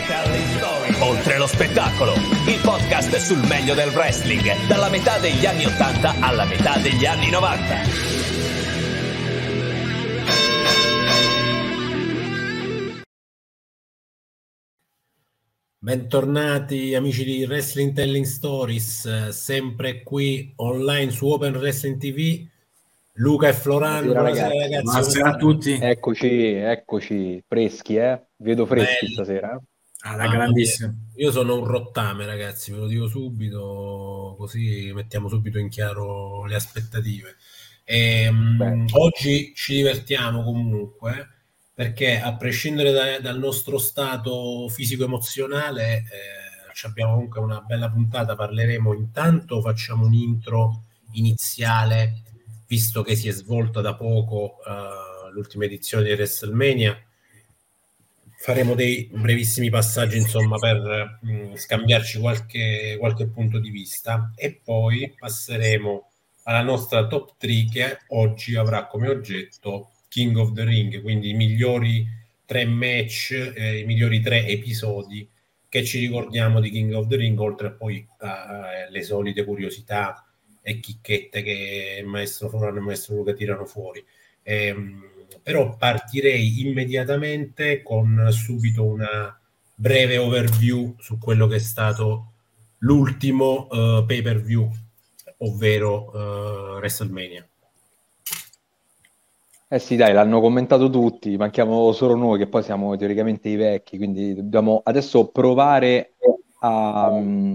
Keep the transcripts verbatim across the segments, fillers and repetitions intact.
Telling Story. Oltre lo spettacolo, il podcast sul meglio del wrestling, dalla metà degli anni ottanta alla metà degli anni novanta. Bentornati amici di Wrestling Telling Stories, sempre qui online su Open Wrestling T V. Luca e Florano, buonasera, buonasera ragazzi. ragazzi. Buonasera a tutti. Eccoci, eccoci, freschi, eh? Vedo freschi Belli. Stasera. Alla grandissima. Io sono un rottame, ragazzi, ve lo dico subito, così mettiamo subito in chiaro le aspettative. E, mh, oggi ci divertiamo comunque, perché a prescindere da, dal nostro stato fisico-emozionale, eh, abbiamo comunque una bella puntata. Parleremo, intanto facciamo un intro iniziale, visto che si è svolta da poco uh, l'ultima edizione di WrestleMania. Faremo dei brevissimi passaggi, insomma, per mh, scambiarci qualche, qualche punto di vista, e poi passeremo alla nostra top tre, che oggi avrà come oggetto King of the Ring, quindi i migliori tre match, eh, i migliori tre episodi che ci ricordiamo di King of the Ring, oltre a poi alle uh, solite curiosità e chicchette che il maestro Florano e il maestro Luca tirano fuori. Ehm, però partirei immediatamente con subito una breve overview su quello che è stato l'ultimo uh, pay per view, ovvero uh, WrestleMania. Eh sì, dai, l'hanno commentato tutti, manchiamo solo noi che poi siamo teoricamente i vecchi, quindi dobbiamo adesso provare a,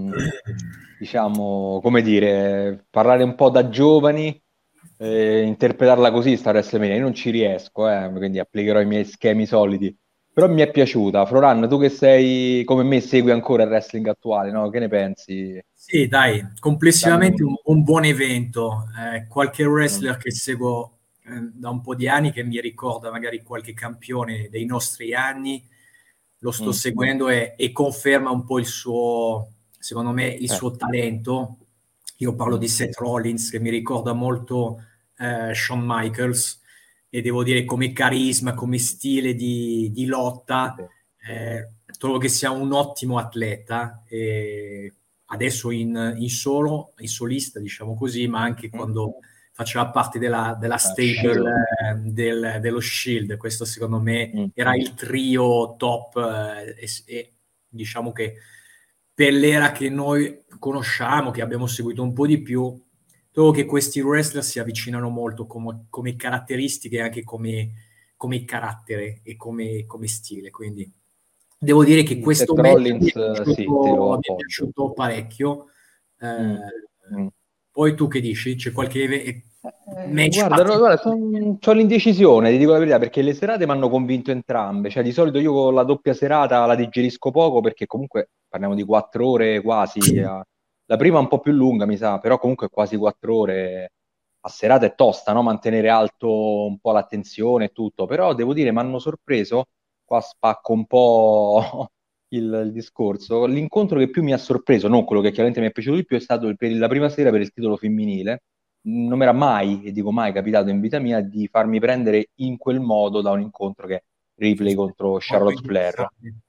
diciamo, come dire, parlare un po' da giovani, eh, interpretarla così sta WrestleMania. Io non ci riesco, eh, quindi applicherò i miei schemi soliti, però mi è piaciuta. Floran, tu che sei come me, segui ancora il wrestling attuale, no? Che ne pensi? Sì, dai, complessivamente un, un buon evento. Eh, qualche wrestler Mm. che seguo eh, da un po' di anni, che mi ricorda magari qualche campione dei nostri anni, lo sto Mm. seguendo e, e conferma un po' il suo, secondo me, il Eh. suo talento. Io parlo Mm. di Seth Rollins, che mi ricorda molto eh, Shawn Michaels, e devo dire come carisma, come stile di, di lotta, eh, trovo che sia un ottimo atleta, e adesso in, in solo, in solista, diciamo così, ma anche Mm. quando faceva parte della, della stable eh, del, dello Shield. Questo secondo me Mm. era il trio top, eh, e, e diciamo che per l'era che noi conosciamo, che abbiamo seguito un po' di più, trovo che questi wrestler si avvicinano molto come, come caratteristiche e anche come, come carattere e come, come stile. Quindi devo dire che Sì, questo Seth match Rollins, mi è piaciuto, sì, te lo mi è appoggio. piaciuto parecchio. Eh, Mm. Mm. Poi tu che dici? C'è qualche Eh, match guarda, no, guarda, ho l'indecisione, ti dico la verità, perché le serate mi hanno convinto entrambe. Cioè, di solito io con la doppia serata la digerisco poco, perché comunque parliamo di quattro ore quasi. eh. La prima è un po' più lunga, mi sa, però comunque quasi quattro ore a serata è tosta, no? Mantenere alto un po' l'attenzione e tutto. Però devo dire, mi hanno sorpreso, qua spacco un po' il, il discorso. L'incontro che più mi ha sorpreso, non quello che chiaramente mi è piaciuto di più, è stato il- per la prima sera per il titolo femminile. Non mi era mai, e dico mai, capitato in vita mia di farmi prendere in quel modo da un incontro che Ripley contro Charlotte Flair.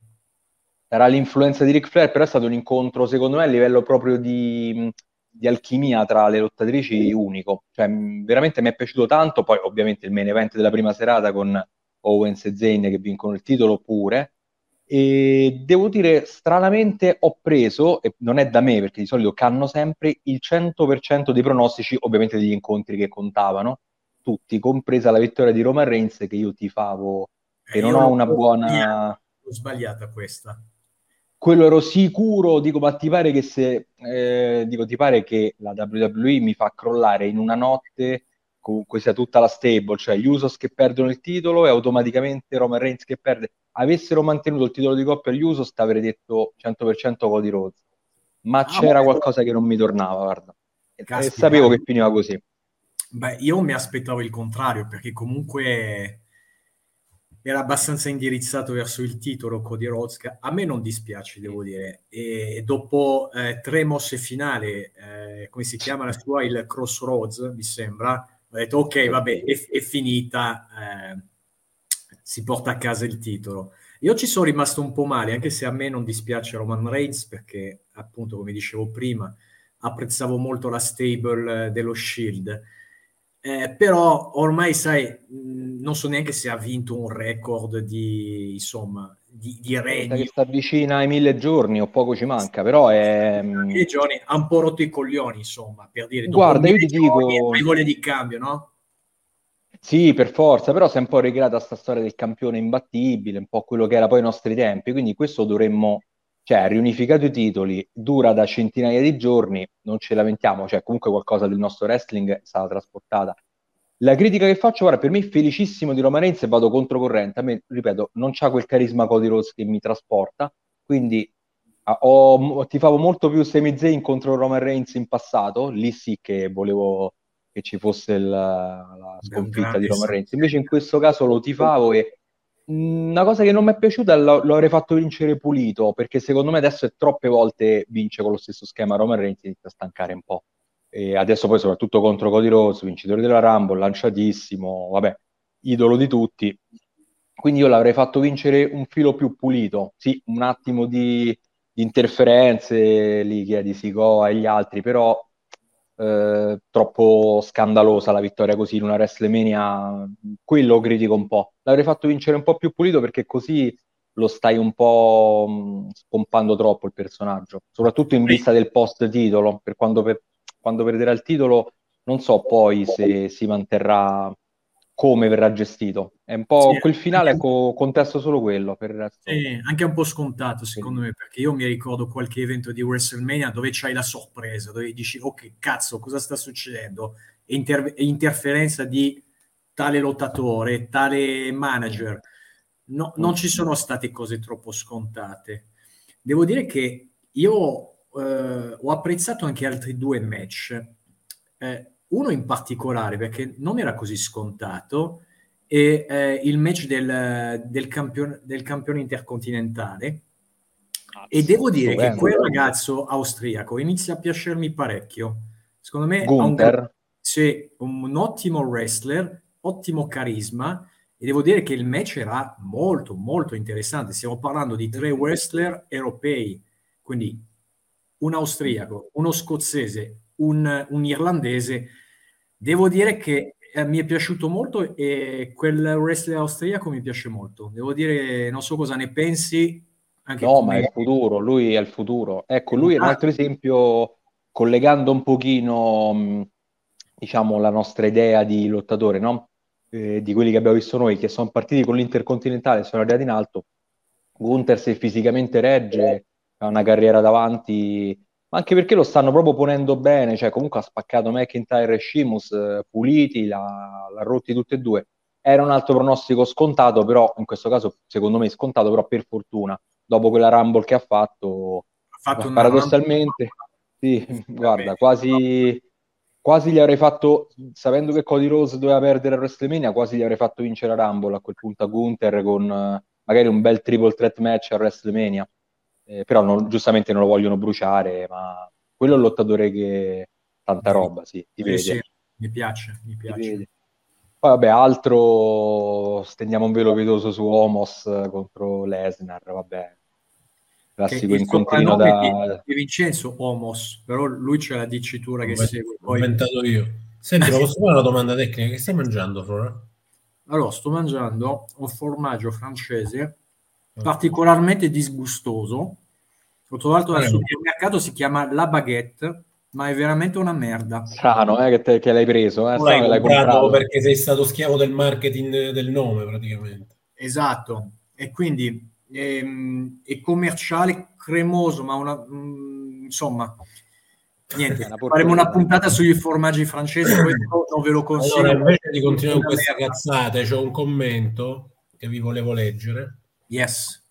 Era l'influenza di Ric Flair, però è stato un incontro, secondo me, a livello proprio di, di alchimia tra le lottatrici unico. Cioè, mh, veramente mi è piaciuto tanto. Poi, ovviamente, il main event della prima serata con Owens e Zayn che vincono il titolo pure. E devo dire, stranamente ho preso, e non è da me perché di solito canno sempre, il cento per cento dei pronostici, ovviamente degli incontri che contavano, tutti, compresa la vittoria di Roman Reigns, che io tifavo, che Eh, non io ho l'ho, una l'ho buona... sbagliata, l'ho sbagliata questa. Quello ero sicuro, dico, ma ti pare che se... eh, dico, ti pare che la W W E mi fa crollare in una notte, comunque sia tutta la stable, cioè gli Usos che perdono il titolo e automaticamente Roman Reigns che perde. Avessero mantenuto il titolo di coppia agli Usos, ti avrei detto cento per cento Cody Rhodes. Ma Ah, c'era beh, qualcosa che non mi tornava, guarda. E, e caspita. sapevo che finiva così. Beh, io mi aspettavo il contrario, perché comunque era abbastanza indirizzato verso il titolo Cody Rhodes, che a me non dispiace, devo dire. E dopo eh, tre mosse finali, eh, come si chiama la sua? Il Crossroads, mi sembra. Ho detto, ok, vabbè, è, è finita, eh, si porta a casa il titolo. Io ci sono rimasto un po' male, anche se a me non dispiace Roman Reigns, perché appunto, come dicevo prima, apprezzavo molto la stable eh, dello Shield. Eh, però ormai, sai, mh, non so neanche se ha vinto un record di, insomma, di, di Mi sa che regni. sta vicina ai mille giorni o poco ci manca, però è... E Johnny ha un po' rotto i coglioni, insomma, per dire, dopo Guarda, io mille ti giorni dico... hai voglia di cambio, no? Sì, per forza, però si è un po' ricreata sta storia del campione imbattibile, un po' quello che era poi ai nostri tempi, quindi questo dovremmo, cioè, riunificato i titoli, dura da centinaia di giorni, non ce lamentiamo, cioè, comunque qualcosa del nostro wrestling è stata trasportata. La critica che faccio, guarda, per me è felicissimo di Roman Reigns e vado controcorrente, a me, ripeto, non c'ha quel carisma Cody Rhodes che mi trasporta, quindi ah, ho, tifavo molto più Sami Zayn contro Roman Reigns in passato, lì sì che volevo che ci fosse il- la Beh, un sconfitta di grande Roman Reigns. saluto. Invece in questo caso lo tifavo e mh, una cosa che non mi è piaciuta lo, lo avrei fatto vincere pulito, perché secondo me adesso è troppe volte vince con lo stesso schema Roman Reigns, inizia a stancare un po'. E adesso poi soprattutto contro Cody Rhodes, vincitore della Rumble, lanciatissimo, vabbè, idolo di tutti. Quindi io l'avrei fatto vincere un filo più pulito. Sì, un attimo di, di interferenze lì che è di Sikoa e gli altri, però eh, troppo scandalosa la vittoria così in una WrestleMania, quello lo critico un po'. L'avrei fatto vincere un po' più pulito perché così lo stai un po' mh, spompando troppo il personaggio, soprattutto in vista del post titolo, per quando, per, quando perderà il titolo non so poi se si manterrà, come verrà gestito. È un Sì, po' quel finale, anche, ecco, contesto solo quello, per il resto. sì, anche un po' scontato, secondo me, perché io mi ricordo qualche evento di WrestleMania dove c'hai la sorpresa, dove dici, ok, cazzo, cosa sta succedendo? E inter- e interferenza di tale lottatore, tale manager. No, Mm. non ci sono state cose troppo scontate. Devo dire che io eh, ho apprezzato anche altri due match. Eh, uno in particolare, perché non era così scontato, è eh, il match del, del, campione, del campione intercontinentale. E Cazzo, devo dire che stupendo. quel ragazzo austriaco inizia a piacermi parecchio. Secondo me ha un, gra- Gunther, sì, un ottimo wrestler, ottimo carisma, e devo dire che il match era molto, molto interessante. Stiamo parlando di tre wrestler europei, quindi un austriaco, uno scozzese, un, un irlandese. Devo dire che eh, mi è piaciuto molto e quel wrestler austriaco mi piace molto. Devo dire, non so cosa ne pensi, anche no, ma è come... il futuro, lui è il futuro. Ecco, lui è un Ah, altro esempio, collegando un pochino, mh, diciamo, la nostra idea di lottatore, no? Eh, di quelli che abbiamo visto noi, che sono partiti con l'Intercontinentale e sono arrivati in alto. Gunther, se fisicamente regge, ha una carriera davanti, ma anche perché lo stanno proprio ponendo bene, cioè comunque ha spaccato McIntyre e Sheamus, eh, puliti, l'ha, l'ha rotti tutti e due. Era un altro pronostico scontato, però in questo caso secondo me scontato, però per fortuna dopo quella Rumble che ha fatto, ha fatto una rampa paradossalmente, sì, guarda, veramente. quasi, quasi gli avrei fatto, sapendo che Cody Rhodes doveva perdere a WrestleMania, quasi gli avrei fatto vincere la Rumble a quel punto a Gunther con eh, magari un bel triple threat match a WrestleMania. Eh, però non- giustamente non lo vogliono bruciare, ma quello è un lottatore che tanta Devi- roba, sì, si Sì, sì, vede, mi piace, mi si piace. vede. Poi vabbè, altro, stendiamo un velo pietoso su Omos contro Lesnar, vabbè, Che classico il incontrino soprannome di, da... di Vincenzo Omos, però lui c'è la dicitura L'ho che inven- segue. l'ho Poi, inventato io. Senti, ma posso fare una domanda tecnica? Che stai mangiando, Flora? allora, sto mangiando un formaggio francese Ok. particolarmente disgustoso. L'ho trovato al Strano, supermercato, si chiama La Baguette, ma è veramente una merda. Strano, eh, che, te- che l'hai preso, eh? tu l'hai Strano che l'hai comprato comprato. perché sei stato schiavo del marketing del nome, praticamente. Esatto, e quindi ehm, è commerciale, cremoso, ma una, mm, insomma, È niente, una faremo una porcheria. puntata sugli formaggi francesi, questo non ve lo Allora, consiglio, invece di è continuare con una queste merda. cazzate, c'ho un commento che vi volevo leggere. Yes.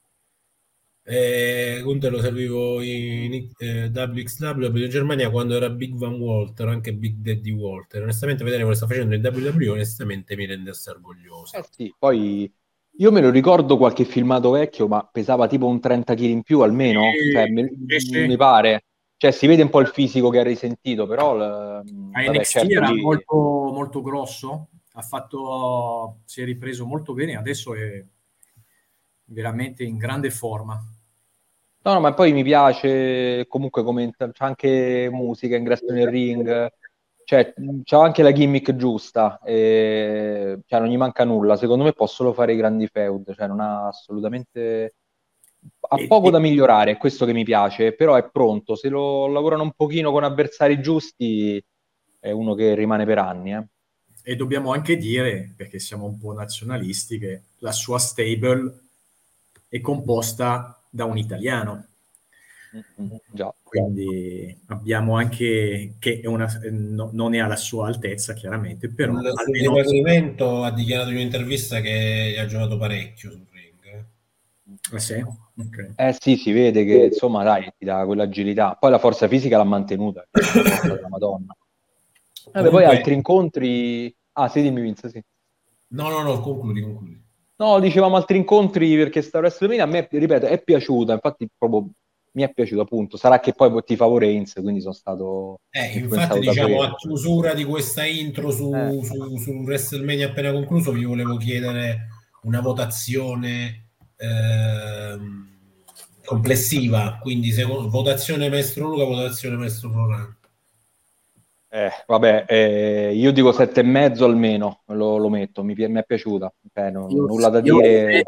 Eh, Gunther lo servivo in eh, W X W in Germania quando era Big Van Walter, anche Big Daddy Walter. Onestamente, vedere quello che sta facendo in W W E, onestamente mi rende assai Eh orgoglioso. sì, poi io me lo ricordo qualche filmato vecchio, ma pesava tipo un trenta chili in più almeno, cioè Sì, me- sì, mi sì. pare. Cioè si vede un po' il fisico che ha risentito, però l- A vabbè, N X T certo era lì molto, molto grosso, ha fatto, si è ripreso molto bene, adesso è veramente in grande forma. No, no, ma poi mi piace comunque come c'è anche musica, ingresso nel ring, cioè c'ha anche la gimmick giusta, e, cioè non gli manca nulla. Secondo me può solo fare i grandi feud, cioè non ha assolutamente, ha E, poco e- da migliorare, è questo che mi piace, però è pronto. Se lo lavorano un pochino con avversari giusti, è uno che rimane per anni, eh. e dobbiamo anche dire, perché siamo un po' nazionalisti, che la sua stable è composta da un italiano. Mm-mm, già. Quindi abbiamo anche che è una, no, non è alla sua altezza, chiaramente, però Sul, sul almeno dipartimento ha dichiarato in un'intervista che ha giocato parecchio sul ring. eh. ah, sì? Ok. Eh sì, si vede che insomma, dai, ti dà quell'agilità. Poi la forza fisica l'ha mantenuta, che è una forza della Madonna. Vabbè, poi Comunque, altri incontri. Ah, sì, dimmi Vince, sì. no, no, no, concludi, concludi. No, dicevamo altri incontri perché sta WrestleMania a me, ripeto, è piaciuta, infatti proprio mi è piaciuto appunto. Sarà che poi tifavo Reigns, quindi sono stato Eh, infatti, influenzato da diciamo, a quello. chiusura di questa intro Eh. su, su, su WrestleMania appena concluso, vi volevo chiedere una votazione ehm, complessiva, quindi secondo, votazione Maestro Luca, votazione Maestro Florano. Eh, vabbè, eh, io dico sette e mezzo almeno, lo, lo metto, mi, pi- mi è piaciuta. Eh, no- Io, nulla da io dire.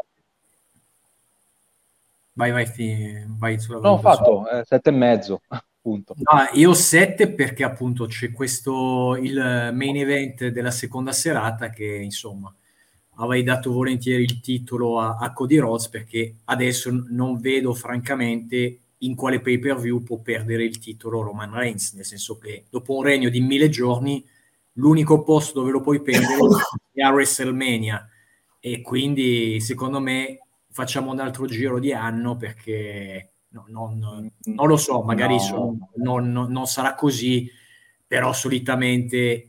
vai, vai, fi- vai sulla No, ho valutazione. fatto eh, sette e mezzo, appunto. No, io sette perché appunto c'è questo il main event della seconda serata che insomma avrei dato volentieri il titolo a, a Cody Rhodes, perché adesso n- non vedo francamente in quale pay per view può perdere il titolo Roman Reigns, nel senso che dopo un regno di mille giorni l'unico posto dove lo puoi prendere è a WrestleMania, e quindi secondo me facciamo un altro giro di anno, perché no, non, Mm, non lo so, magari no. sono- non, non- non sarà così, però solitamente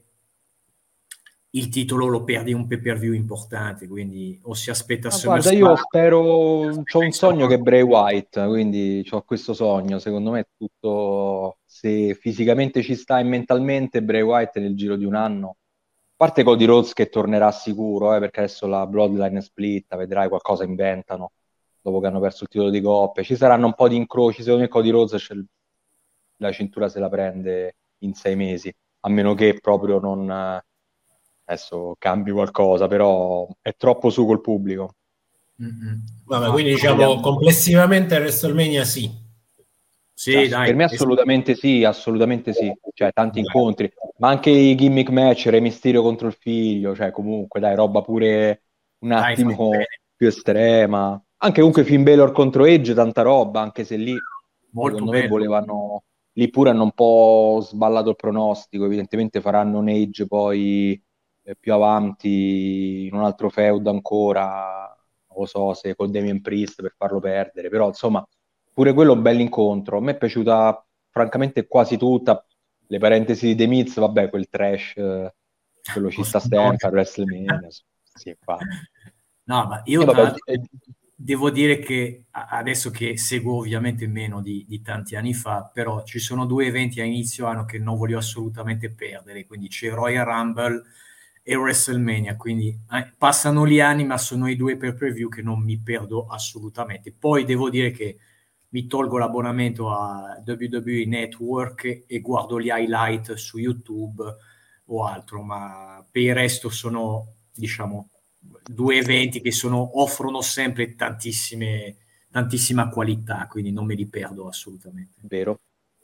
il titolo lo perdi in un pay per view importante, quindi o si aspetta Ma guarda, SummerSlam, io si spero, c'ho aspetta un il sogno che è SummerSlam. Bray Wyatt, quindi ho questo sogno, secondo me è tutto, se fisicamente ci sta e mentalmente, Bray Wyatt nel giro di un anno, a parte Cody Rhodes che tornerà sicuro, eh, perché adesso la Bloodline è splitta, vedrai qualcosa inventano, dopo che hanno perso il titolo di coppia, ci saranno un po' di incroci, secondo me Cody Rhodes c'è il- la cintura se la prende in sei mesi, a meno che proprio non, eh, adesso cambi qualcosa, però è troppo su col pubblico. Mm-mm. Vabbè, Ah, quindi diciamo vediamo. complessivamente WrestleMania sì. Sì, Ass- per dai, me es- assolutamente sì, assolutamente sì, cioè tanti Dai. incontri, ma anche i gimmick match, Re Mysterio contro il figlio, cioè comunque dai, roba pure un dai, fatto attimo bene, più estrema, anche comunque Finn Balor contro Edge, tanta roba, anche se lì molto secondo me bello. volevano, lì pure hanno un po' sballato il pronostico, evidentemente faranno un Edge poi eh, più avanti in un altro feud ancora, non lo so se con Damien Priest per farlo perdere, però insomma pure quello è un bell'incontro. A me è piaciuta francamente quasi tutta. Le parentesi di The Miz, vabbè, quel trash, eh, quello ci sta Costantone. sempre a WrestleMania. Sì, infatti. No, ma E io tra vabbè, l'altro eh, devo dire che a- adesso che seguo ovviamente meno di, di tanti anni fa, però ci sono due eventi a inizio anno che non voglio assolutamente perdere, quindi c'è Royal Rumble e WrestleMania, quindi eh, passano gli anni, ma sono i due per preview che non mi perdo assolutamente. Poi devo dire che mi tolgo l'abbonamento a W W E Network e guardo gli highlight su YouTube o altro, ma per il resto sono, diciamo, due eventi che sono, offrono sempre tantissime, tantissima qualità, quindi non me li perdo assolutamente. vero,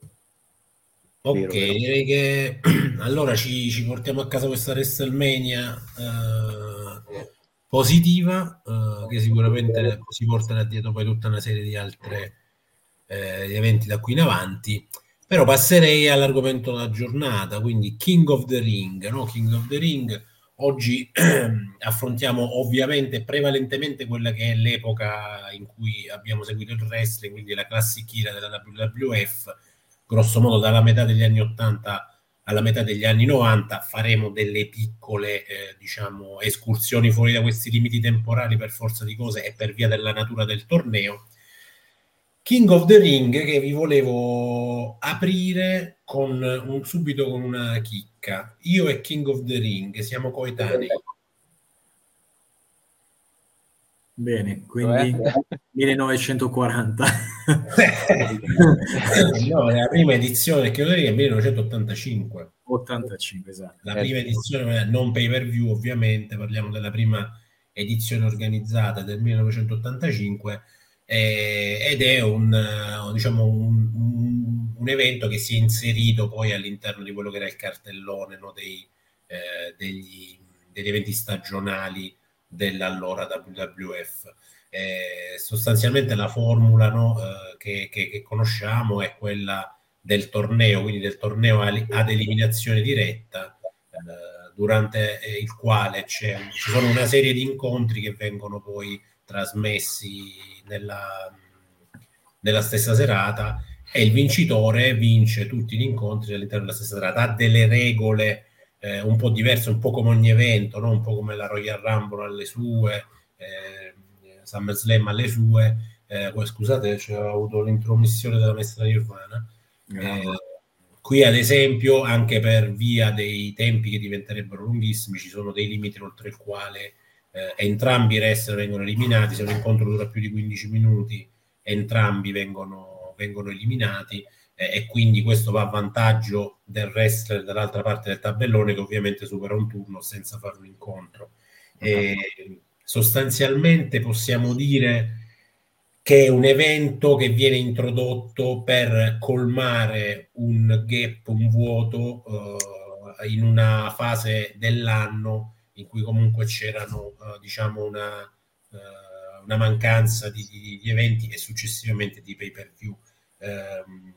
Ok, vero, vero. direi che allora ci, ci portiamo a casa questa WrestleMania eh, positiva, eh, che sicuramente si porterà dietro poi tutta una serie di altri eventi da qui in avanti. Però passerei all'argomento della giornata, quindi King of the Ring, no? King of the Ring. Oggi affrontiamo ovviamente prevalentemente quella che è l'epoca in cui abbiamo seguito il wrestling, quindi la classic era della W W F, grosso modo dalla metà degli anni ottanta alla metà degli anni novanta. Faremo delle piccole eh, diciamo escursioni fuori da questi limiti temporali per forza di cose e per via della natura del torneo. King of the Ring, che vi volevo aprire con un, subito con una chicca. Io e King of the Ring siamo coetanei. Bene, quindi millenovecentoquaranta. No, la prima edizione che è millenovecentottantacinque. ottantacinque, esatto. La prima edizione non pay per view, ovviamente, parliamo della prima edizione organizzata del millenovecentottantacinque, eh, ed è un, diciamo, un, un, un evento che si è inserito poi all'interno di quello che era il cartellone, no, dei, eh, degli, degli eventi stagionali dell'allora W W F. Eh, sostanzialmente la formula, no, eh, che, che, che conosciamo è quella del torneo, quindi del torneo ad eliminazione diretta, eh, durante il quale c'è, ci sono una serie di incontri che vengono poi trasmessi nella, nella stessa serata, e il vincitore vince tutti gli incontri all'interno della stessa serata. Ha delle regole eh, un po' diverse, un po' come ogni evento, no? Un po' come la Royal Rumble alle sue, eh, SummerSlam alle sue. Eh, poi, scusate, c'è avuto l'intromissione della maestra Nirvana. Eh, qui ad esempio, anche per via dei tempi che diventerebbero lunghissimi, ci sono dei limiti oltre il quale eh, entrambi i wrestler vengono eliminati. Se un incontro dura più di quindici minuti, entrambi vengono, vengono eliminati, eh, e quindi questo va a vantaggio del wrestler dall'altra parte del tabellone, che ovviamente supera un turno senza fare un incontro. E sostanzialmente possiamo dire che è un evento che viene introdotto per colmare un gap, un vuoto, uh, in una fase dell'anno in cui comunque c'erano, uh, diciamo, una, uh, una mancanza di, di, di eventi e successivamente di pay per view. Um,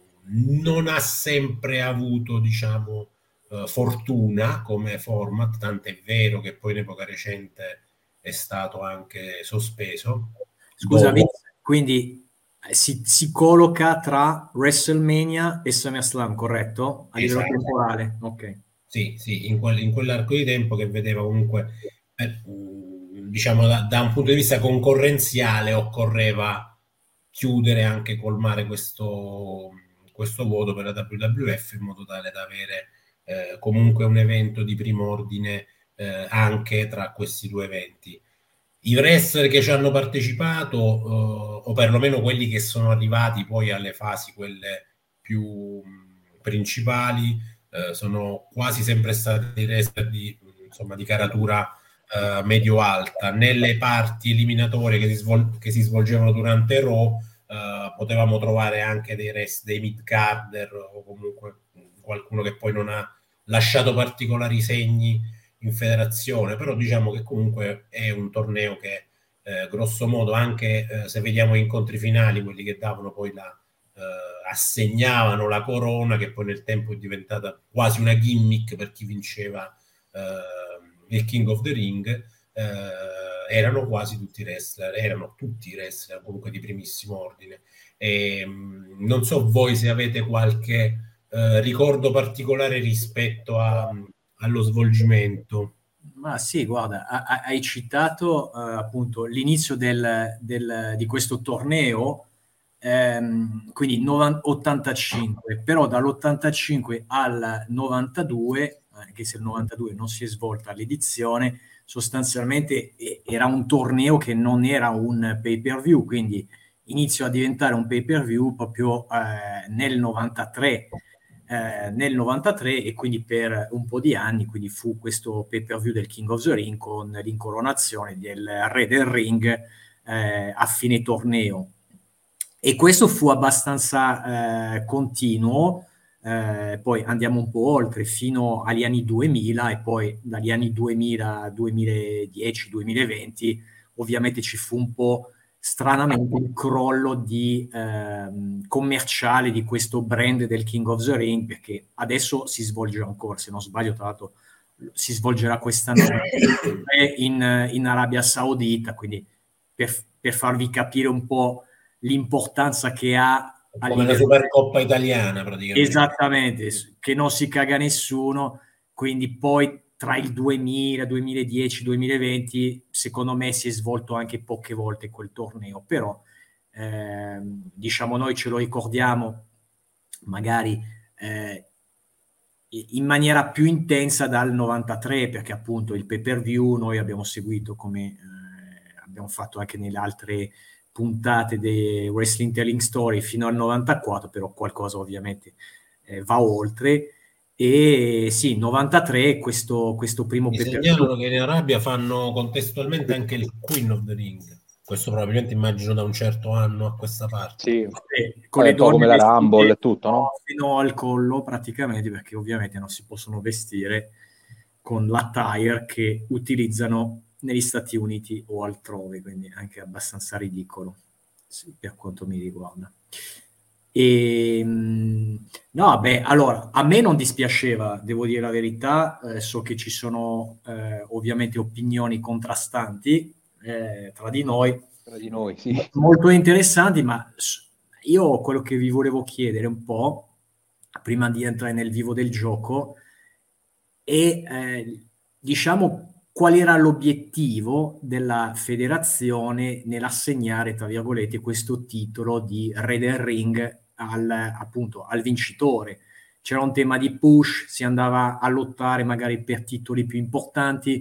non ha sempre avuto, diciamo, uh, fortuna come format, tant'è vero che poi in epoca recente è stato anche sospeso. Scusami, dopo. Quindi si, si colloca tra WrestleMania e SummerSlam, corretto? A livello esatto. temporale, ok. Sì, sì, in, quel, in quell'arco di tempo che vedeva comunque, eh, diciamo, da, da un punto di vista concorrenziale occorreva chiudere, anche colmare questo, questo vuoto per la W W F, in modo tale da avere eh, comunque un evento di primo ordine eh, anche tra questi due eventi. I wrestler che ci hanno partecipato, eh, o perlomeno quelli che sono arrivati poi alle fasi quelle più mh, principali, eh, sono quasi sempre stati wrestler di, insomma, di caratura eh, medio-alta. Nelle parti eliminatorie che si, svol- che si svolgevano durante Raw, eh, potevamo trovare anche dei, rest- dei mid-carder, o comunque qualcuno che poi non ha lasciato particolari segni in federazione, però diciamo che comunque è un torneo che eh, grosso modo, anche eh, se vediamo gli incontri finali, quelli che davano poi la eh, assegnavano la corona, che poi nel tempo è diventata quasi una gimmick per chi vinceva eh, il King of the Ring, eh, erano quasi tutti wrestler, erano tutti wrestler comunque di primissimo ordine. E, mh, non so voi se avete qualche eh, ricordo particolare rispetto a allo svolgimento. Ma sì, guarda, ha, hai citato uh, appunto l'inizio del, del, di questo torneo, ehm, quindi ottantacinque, però dall'ottantacinque al novantadue, anche se il novantadue non si è svolta l'edizione, sostanzialmente era un torneo che non era un pay per view, quindi inizio a diventare un pay per view proprio eh, nel novantatré. Eh, nel novantatré, e quindi per un po' di anni, quindi fu questo pay per view del King of the Ring con l'incoronazione del re del ring eh, a fine torneo, e questo fu abbastanza eh, continuo. Eh, poi andiamo un po' oltre fino agli anni duemila, e poi dagli anni duemila, duemiladieci, duemilaventi ovviamente ci fu un po' stranamente il crollo di ehm, commerciale di questo brand del King of the Ring, perché adesso si svolge ancora, se non sbaglio, tra l'altro si svolgerà quest'anno in, in Arabia Saudita, quindi per, per farvi capire un po' l'importanza che ha come la Supercoppa italiana praticamente. Esattamente, che non si caga nessuno, quindi poi tra il duemila, duemiladieci, duemilaventi, secondo me si è svolto anche poche volte quel torneo, però ehm, diciamo noi ce lo ricordiamo magari eh, in maniera più intensa dal novantatré, perché appunto il pay per view noi abbiamo seguito, come eh, abbiamo fatto anche nelle altre puntate dei Wrestling Telling Story fino al novantaquattro, però qualcosa ovviamente eh, va oltre. E sì, novantatré questo, questo primo Mi pay-per-view. segnalano che in Arabia fanno contestualmente anche il Queen of the Ring, questo probabilmente immagino da un certo anno a questa parte. Sì, Eh, con è le un po' donne come la vestite Rumble e tutto, no? fino al collo praticamente, perché ovviamente non si possono vestire con l'attire che utilizzano negli Stati Uniti o altrove, quindi anche abbastanza ridicolo, sì, per quanto mi riguarda. E, no, beh, allora, a me non dispiaceva, devo dire la verità, eh, so che ci sono eh, ovviamente opinioni contrastanti eh, tra di noi, Tra di noi, sì. molto interessanti, ma io quello che vi volevo chiedere un po', prima di entrare nel vivo del gioco, è eh, diciamo qual era l'obiettivo della federazione nell'assegnare, tra virgolette, questo titolo di Re del Ring al, appunto, al vincitore. C'era un tema di push, si andava a lottare magari per titoli più importanti.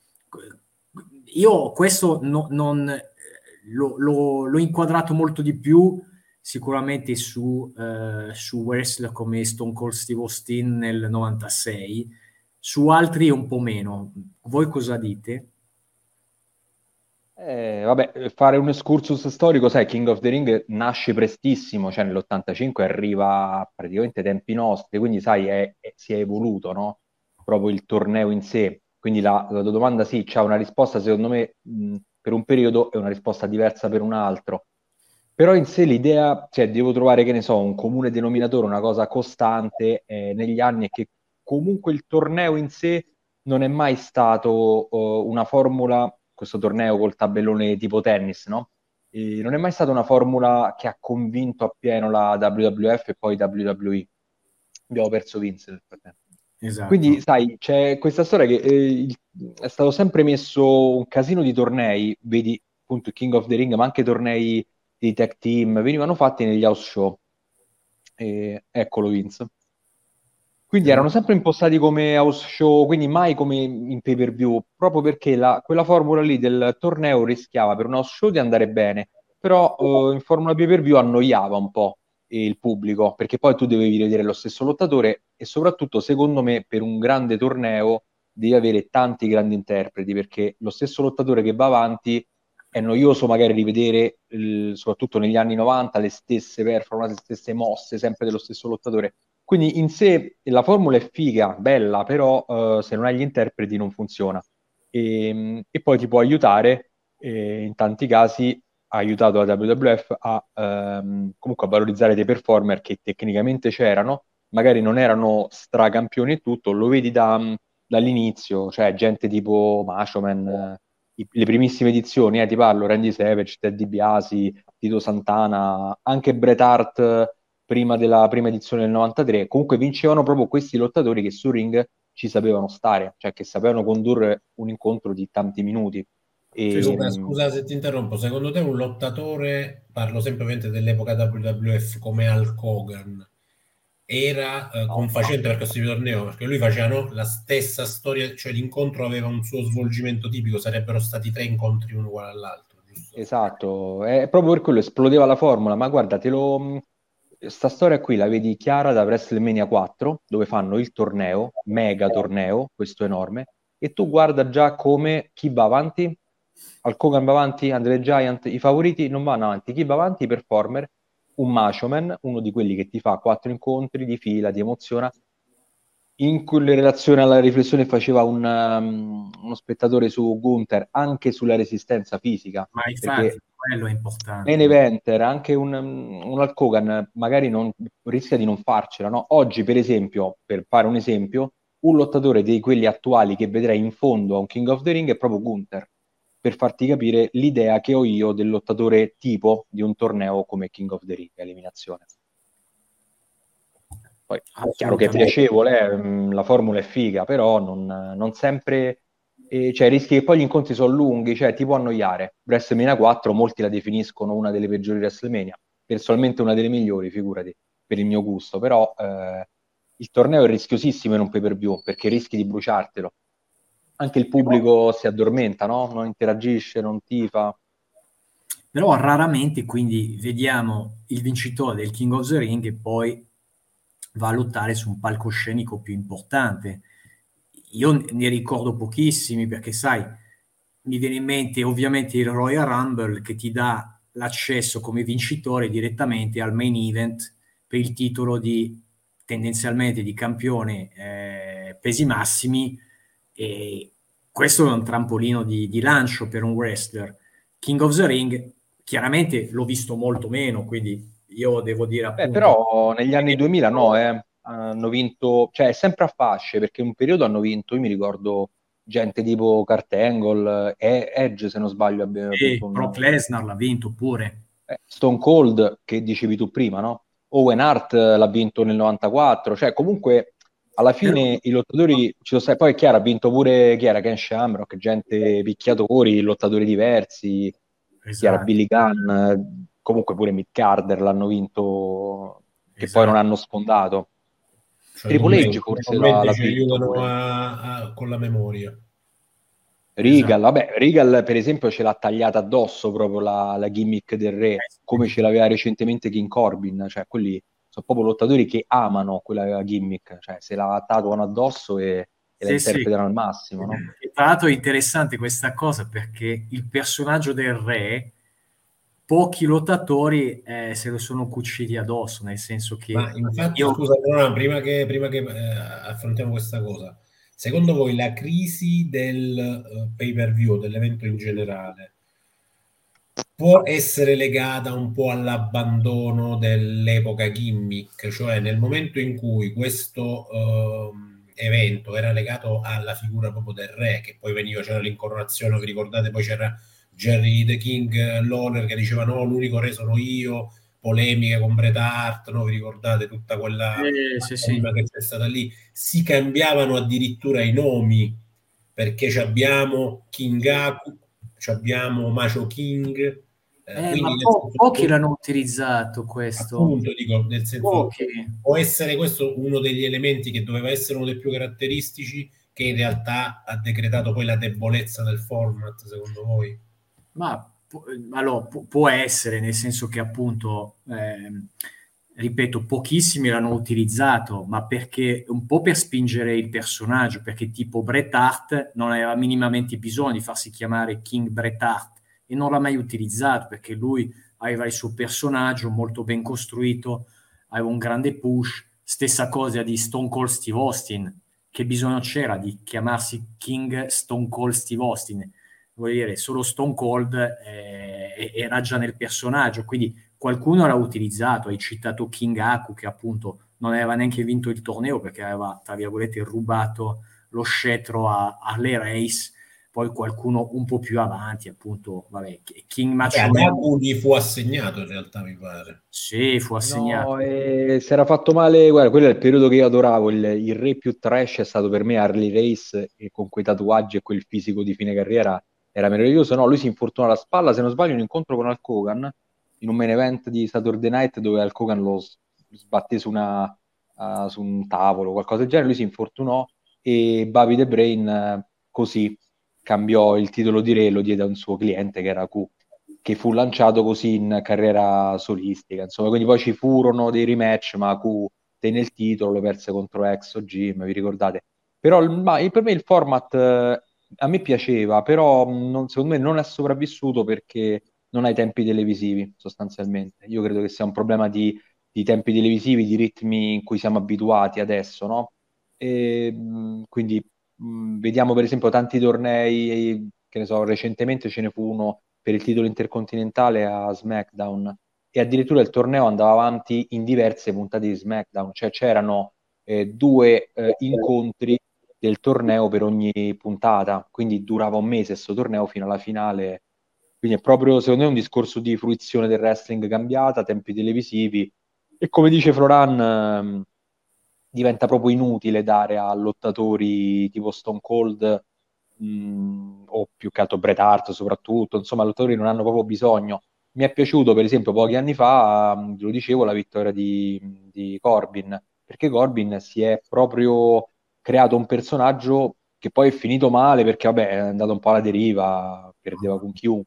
Io questo no, non lo, lo, l'ho inquadrato molto di più sicuramente su, eh, su wrestler come Stone Cold Steve Austin nel novantasei, su altri un po' meno. Voi cosa dite? Eh, vabbè, fare un excursus storico, sai, King of the Ring nasce prestissimo, cioè nell'ottantacinque arriva praticamente ai tempi nostri, quindi sai, è, è- si è evoluto, no? Proprio il torneo in sé. Quindi la, la tua domanda sì, c'ha una risposta secondo me mh, per un periodo e una risposta diversa per un altro. Però in sé l'idea, cioè devo trovare, che ne so, un comune denominatore, una cosa costante eh, negli anni è che comunque il torneo in sé non è mai stato eh, una formula, questo torneo col tabellone tipo tennis, no? E non è mai stata una formula che ha convinto appieno la W W F e poi W W E. Abbiamo perso Vince nel frattempo. Quindi, Esatto. sai, c'è questa storia che eh, il- è stato sempre messo un casino di tornei, vedi appunto il King of the Ring, ma anche tornei di tag team, venivano fatti negli house show. E eccolo Vince. Quindi Ok. erano sempre impostati come house show, quindi mai come in pay-per-view, proprio perché la- quella formula lì del torneo rischiava per un house show di andare bene, però eh, in formula pay-per-view annoiava un po' il pubblico, perché poi tu dovevi vedere lo stesso lottatore e soprattutto, secondo me, per un grande torneo devi avere tanti grandi interpreti, perché lo stesso lottatore che va avanti è noioso magari rivedere, il- soprattutto negli anni novanta, le stesse performance, le stesse mosse, sempre dello stesso lottatore. Quindi in sé la formula è figa, bella, però eh, se non hai gli interpreti non funziona. E, e poi ti può aiutare, eh, in tanti casi ha aiutato la W W F a ehm, comunque a valorizzare dei performer che tecnicamente c'erano, magari non erano stracampioni e tutto, lo vedi da, dall'inizio, cioè gente tipo Macho Man, eh, i- le primissime edizioni, eh, ti parlo, Randy Savage, Ted DiBiase, Tito Santana, anche Bret Hart eh, prima della prima edizione del novantatré, comunque vincevano proprio questi lottatori che sul ring ci sapevano stare, cioè che sapevano condurre un incontro di tanti minuti. Cioè, E, Luca, scusa se ti interrompo, secondo te un lottatore, parlo sempre ovviamente dell'epoca W W F come Hulk Hogan, era eh, confacente per questo tipo di torneo? Perché lui faceva no, la stessa storia, cioè l'incontro aveva un suo svolgimento tipico, sarebbero stati tre incontri uno uguale all'altro, giusto? esatto, è proprio per quello esplodeva la formula, ma guarda, te lo... Sta storia qui la vedi chiara da WrestleMania quattro, dove fanno il torneo, mega torneo, questo enorme, e tu guarda già come chi va avanti, Hulk Hogan va avanti, Andre the Giant, i favoriti non vanno avanti, chi va avanti? I performer, un Macho Man, uno di quelli che ti fa quattro incontri di fila, ti emoziona, in relazione alla riflessione che faceva un, um, uno spettatore su Gunther, anche sulla resistenza fisica, Ma infatti perché quello è main importante. eventer, anche un, um, un Hulk Hogan magari non, rischia di non farcela, no? Oggi, per esempio, per fare un esempio, un lottatore di quelli attuali che vedrei in fondo a un King of the Ring è proprio Gunther, per farti capire l'idea che ho io del lottatore tipo di un torneo come King of the Ring, eliminazione. Poi, chiaro che è Assolutamente. piacevole, eh, mh, la formula è figa, però non, non sempre... eh, cioè, rischi che poi gli incontri sono lunghi, cioè ti può annoiare. WrestleMania quattro, molti la definiscono una delle peggiori WrestleMania, personalmente una delle migliori, figurati, per il mio gusto, però eh, il torneo è rischiosissimo in un pay-per-view, perché rischi di bruciartelo. Anche il pubblico si addormenta, no? Non interagisce, non tifa. Però raramente quindi vediamo il vincitore del King of the Ring e poi va a lottare su un palcoscenico più importante. Io ne ricordo pochissimi perché, sai, mi viene in mente ovviamente il Royal Rumble che ti dà l'accesso come vincitore direttamente al main event per il titolo di tendenzialmente di campione eh, pesi massimi, e questo è un trampolino di, di lancio per un wrestler. King of the Ring chiaramente l'ho visto molto meno, quindi io devo dire Beh, appunto però negli anni duemila no, eh. Hanno vinto, cioè è sempre a fasce, perché un periodo hanno vinto, io mi ricordo gente tipo Kurt Angle, e Edge se non sbaglio aveva vinto e un... Brock Lesnar l'ha vinto pure. eh, Stone Cold, che dicevi tu prima, no? Owen Hart eh, l'ha vinto nel novantaquattro, cioè comunque alla Però, fine i lottatori, ci sono stati, poi è chiaro, ha vinto pure chi era, Ken Shamrock, gente picchiatori, lottatori diversi, chi era esatto, Billy Gunn, eh, comunque pure Mick Carter l'hanno vinto, che poi non esatto. hanno sfondato. Cioè, i Triple H commenti, i forse l'ha, commenti l'ha ci vinto aiutano pure. a- a- con la memoria. Regal, Esatto. vabbè, Regal per esempio ce l'ha tagliata addosso proprio la, la gimmick del re, Eh, come sì. ce l'aveva recentemente King Corbin, cioè quelli sono proprio lottatori che amano quella gimmick, cioè se la tatuano addosso e, e la Sì, sì. interpretano al massimo, no? E tra l'altro è interessante questa cosa perché il personaggio del re, pochi lottatori eh, se lo sono cuciti addosso, nel senso Ma che infatti, io... scusa, no, no, prima che, prima che eh, affrontiamo questa cosa, secondo voi la crisi del eh, pay-per-view, dell'evento in generale, può essere legata un po' all'abbandono dell'epoca gimmick, cioè nel momento in cui questo ehm, evento era legato alla figura proprio del re, che poi veniva, c'era l'incoronazione, vi ricordate, poi c'era Jerry the King Lawler che diceva no, l'unico re sono io, polemiche con Bret Hart, no? Vi ricordate tutta quella Eh, sì, sì. anima che c'è stata lì? Si cambiavano addirittura i nomi, perché ci abbiamo King Aku, ci abbiamo Macho King, eh, Eh, ma quindi nel po- senso, pochi l'hanno utilizzato questo. appunto dico, nel senso, Pochi. può essere questo uno degli elementi che doveva essere uno dei più caratteristici, che in realtà ha decretato poi la debolezza del format, secondo voi? Ma pu- allora, pu- può essere, nel senso che appunto, ehm, ripeto, pochissimi l'hanno utilizzato, ma perché un po' per spingere il personaggio, perché tipo Bret Hart non aveva minimamente bisogno di farsi chiamare King Bret Hart e non l'ha mai utilizzato perché lui aveva il suo personaggio molto ben costruito, aveva un grande push. Stessa cosa di Stone Cold Steve Austin, che bisogno c'era di chiamarsi King Stone Cold Steve Austin? Vuol dire, solo Stone Cold eh, era già nel personaggio, quindi qualcuno l'ha utilizzato. Hai citato King Haku che appunto non aveva neanche vinto il torneo perché aveva, tra virgolette, rubato lo scettro a Harley Race. Poi qualcuno un po' più avanti, appunto, vabbè, King Vabbè, Macho ad Man, Aku gli fu assegnato in realtà, mi pare. sì, fu No, assegnato. eh, si era fatto male, guarda, quello è il periodo che io adoravo, il, il re più trash è stato per me Harley Race, e con quei tatuaggi e quel fisico di fine carriera era meraviglioso. No, lui si infortunò alla spalla, se non sbaglio, in un incontro con Hulk Hogan, in un main event di Saturday Night dove Hulk Hogan lo s- sbatté su, una, uh, su un tavolo, qualcosa del genere, lui si infortunò e Bobby the Brain eh, così cambiò il titolo di re e lo diede a un suo cliente che era Q, che fu lanciato così in carriera solistica. Insomma, quindi poi ci furono dei rematch, ma Q tenne il titolo, lo perse contro Exo Jim, vi ricordate? Però il- ma, per me il format eh, a me piaceva, però mh, non- secondo me non è sopravvissuto perché non ha i tempi televisivi, sostanzialmente. Io credo che sia un problema di, di tempi televisivi, di ritmi in cui siamo abituati adesso, no? E, mh, quindi mh, vediamo per esempio tanti tornei, che ne so, recentemente ce ne fu uno per il titolo intercontinentale a SmackDown e addirittura il torneo andava avanti in diverse puntate di SmackDown, cioè c'erano eh, due eh, incontri del torneo per ogni puntata, quindi durava un mese questo torneo fino alla finale. Quindi è proprio, secondo me, un discorso di fruizione del wrestling cambiata, tempi televisivi e come dice Floran, ehm, diventa proprio inutile dare a lottatori tipo Stone Cold mh, o più che altro Bret Hart soprattutto, insomma, lottatori non hanno proprio bisogno. Mi è piaciuto, per esempio, pochi anni fa, mh, lo dicevo, la vittoria di, di Corbin, perché Corbin si è proprio creato un personaggio che poi è finito male perché, vabbè, è andato un po' alla deriva, perdeva con chiunque.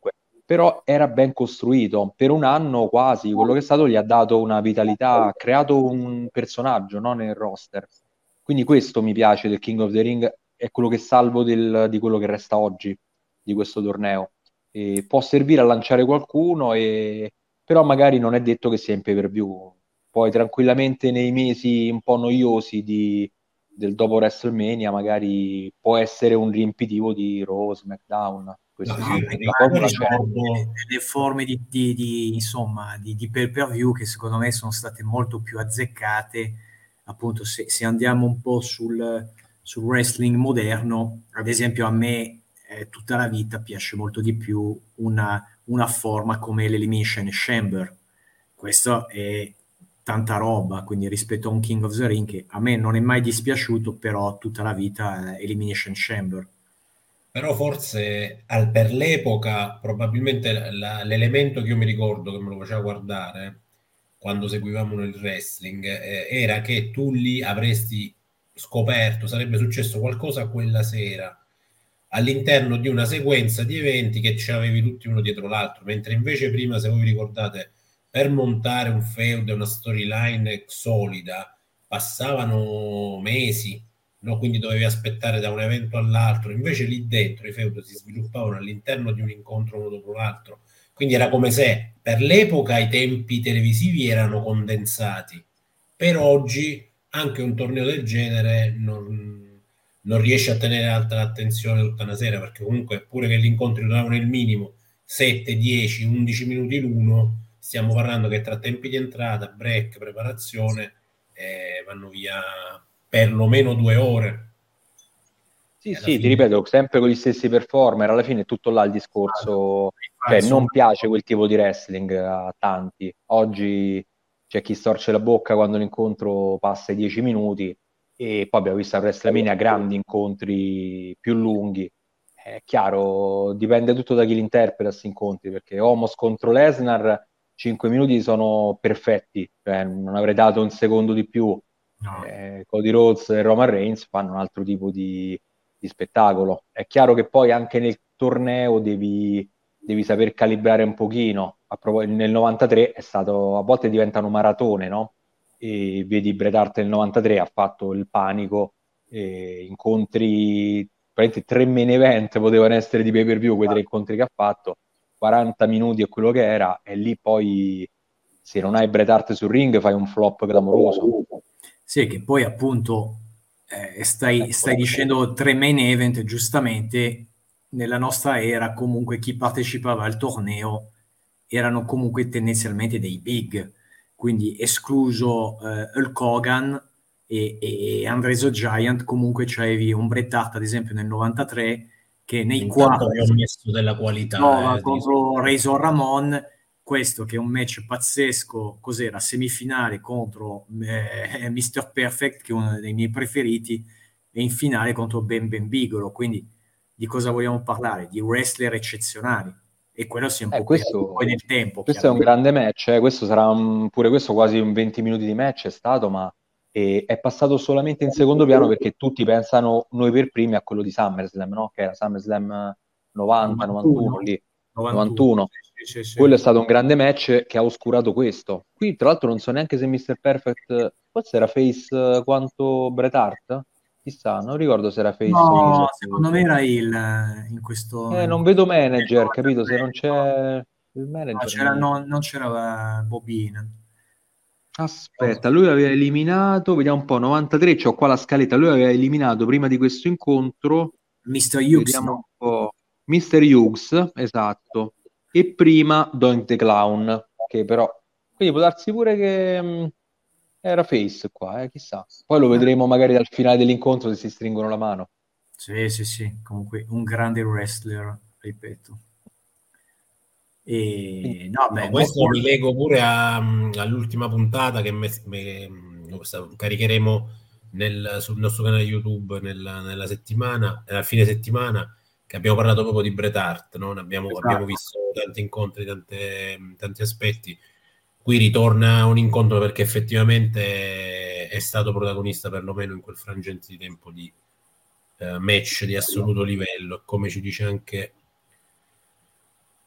però era ben costruito. Per un anno quasi, quello che è stato, gli ha dato una vitalità, ha creato un personaggio, no, nel roster. Quindi questo mi piace del King of the Ring, è quello che salvo del, di quello che resta oggi, di questo torneo. E può servire a lanciare qualcuno, e, però magari non è detto che sia in pay-per-view. Poi tranquillamente nei mesi un po' noiosi di, del dopo WrestleMania magari può essere un riempitivo di Raw, SmackDown. Questo No, sì, sì, la formula c'è. ricordo... delle forme di, di, di, insomma, di, di pay per view che secondo me sono state molto più azzeccate. Appunto, se, se andiamo un po' sul, sul wrestling moderno, ad esempio a me eh, tutta la vita piace molto di più una, una forma come l'Elimination Chamber. Questo è tanta roba, quindi rispetto a un King of the Ring che a me non è mai dispiaciuto, però tutta la vita eh, Elimination Chamber. Però forse al- per l'epoca probabilmente la- l'elemento che io mi ricordo che me lo faceva guardare quando seguivamo il wrestling eh, era che tu lì avresti scoperto, sarebbe successo qualcosa quella sera all'interno di una sequenza di eventi che ci avevi tutti uno dietro l'altro, mentre invece prima, se voi vi ricordate, per montare un feud e una storyline solida passavano mesi, no? Quindi dovevi aspettare da un evento all'altro, invece lì dentro i feud si sviluppavano all'interno di un incontro uno dopo l'altro, quindi era come se per l'epoca i tempi televisivi erano condensati, per oggi anche un torneo del genere non, non riesce a tenere alta l'attenzione tutta una sera, perché comunque pure che gli incontri duravano il minimo sette, dieci, undici minuti l'uno, stiamo parlando che tra tempi di entrata, break, preparazione eh, vanno via perlomeno due ore. Sì, sì, fine... ti ripeto, sempre con gli stessi performer, alla fine è tutto là il discorso, cioè non piace quel tipo di wrestling a tanti. Oggi c'è chi storce la bocca quando l'incontro passa i dieci minuti, e poi abbiamo visto a WrestleMania grandi incontri più lunghi. È chiaro, dipende tutto da chi li interpreta questi incontri, perché Omos contro Lesnar, cinque minuti sono perfetti, cioè non avrei dato un secondo di più. No. Eh, Cody Rhodes e Roman Reigns fanno un altro tipo di di spettacolo. È chiaro che poi anche nel torneo devi, devi saper calibrare un pochino. A prov- nel novantatré è stato, a volte diventano maratone, no? E vedi Bret Hart nel novantatré ha fatto il panico, e incontri, praticamente tre main event potevano essere di pay per view, quei tre incontri che ha fatto, quaranta minuti è quello che era, e lì poi se non hai Bret Hart sul ring fai un flop clamoroso. Sì, che poi appunto eh, stai, stai dicendo tre main event, giustamente nella nostra era comunque chi partecipava al torneo erano comunque tendenzialmente dei big, quindi escluso eh, Hulk Hogan e, e Andre the Giant, comunque c'avevi un Bret Hart ad esempio nel novantatré che nei Intanto quarti ho messo della qualità no, eh, contro Razor Ramon, questo che è un match pazzesco, cos'era? Semifinale contro eh, mister Perfect, che è uno dei miei preferiti, e in finale contro Ben Ben Bigelow. Quindi di cosa vogliamo parlare? Di wrestler eccezionali. E quello si è un Eh, po' perso questo, poi nel tempo. questo è un grande match, eh. Questo sarà un, pure questo quasi un venti minuti di match è stato, ma è, è passato solamente in secondo piano perché tutti pensano noi per primi a quello di SummerSlam, no? Che era SummerSlam novanta novantuno lì, novantuno. Sì, sì, sì. Quello è stato un grande match che ha oscurato questo. Qui tra l'altro non so neanche se mister Perfect, forse era face quanto Bret Hart? Chissà, non ricordo se era face o No, heel. secondo me era il eh, in questo... Eh, non vedo manager, capito? Se non c'è il No, manager c'era, non... no, non c'era Bobina. Aspetta, lui aveva eliminato, vediamo un po', novantatré, c'ho qua la scaletta, lui aveva eliminato prima di questo incontro, mister Hughes, vediamo no? un po', mister Hughes, esatto, e prima Doink the Clown, che però, quindi può darsi pure che mh, era face qua, eh, chissà. Poi lo vedremo magari al finale dell'incontro se si stringono la mano. Sì, sì, sì, comunque un grande wrestler, ripeto. Quindi, E no, beh, No, questo molto... mi lego pure a, all'ultima puntata che me, me, caricheremo nel, sul nostro canale YouTube nella, nella settimana, a fine settimana, che abbiamo parlato proprio di Bret Hart, no? Abbiamo, Esatto. abbiamo visto tanti incontri, tante, tanti aspetti. Qui ritorna un incontro perché effettivamente è stato protagonista perlomeno in quel frangente di tempo di uh, match di assoluto livello, come ci dice anche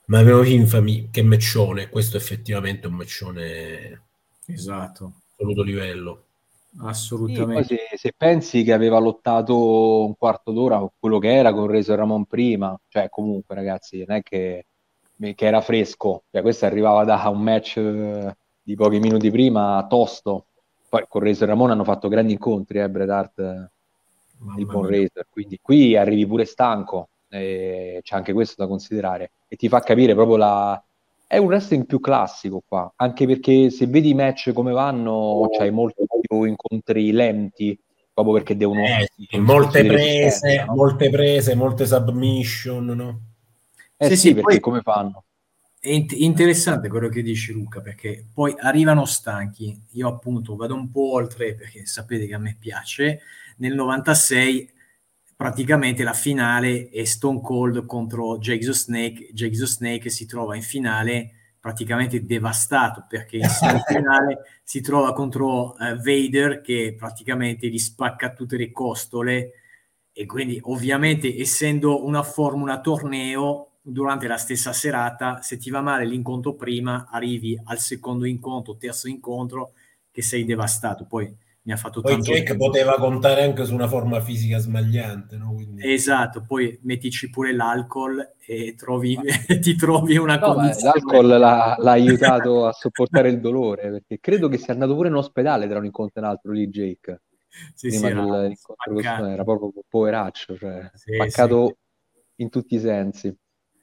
Ma avevo infami, che meccione, questo effettivamente è un meccione esatto, assoluto livello. Sì, poi assolutamente. se, se pensi che aveva lottato un quarto d'ora con quello che era con Razor Ramon prima, cioè comunque ragazzi, non è che, che era fresco, cioè, questo arrivava da un match eh, di pochi minuti prima, tosto. Poi con Razor Ramon hanno fatto grandi incontri, eh, Bret Hart eh, e il Mamma buon mia. Razor, quindi qui arrivi pure stanco, eh, c'è anche questo da considerare, e ti fa capire proprio la... È un wrestling più classico qua, anche perché se vedi i match come vanno, c'hai molti più incontri lenti, proprio perché devono Eh, sì, fare un discorso molte di resistenza, prese, no? molte prese, molte submission, no? Eh Sì, sì, sì, perché poi come fanno? è int- interessante quello che dici Luca, perché poi arrivano stanchi, io appunto vado un po' oltre perché sapete che a me piace, nel novantasei praticamente la finale è Stone Cold contro Jake the Snake, Jake the Snake si trova in finale praticamente devastato perché in semifinale si trova contro eh, Vader che praticamente gli spacca tutte le costole e quindi ovviamente essendo una formula torneo durante la stessa serata, se ti va male l'incontro prima, arrivi al secondo incontro, terzo incontro, che sei devastato. Poi mi ha fatto Poi tanto Jake ridere. poteva contare anche su una forma fisica smagliante, no? Quindi... Esatto, poi mettici pure l'alcol e trovi, ti trovi una No, ma condizione. l'alcol l'ha l'ha aiutato a sopportare il dolore, perché credo che sia andato pure in ospedale tra un incontro e un altro lì, Jake, Sì, sì, prima era dell'incontro con Stone, era spaccato. proprio poveraccio, cioè Sì, sì. spaccato in tutti i sensi.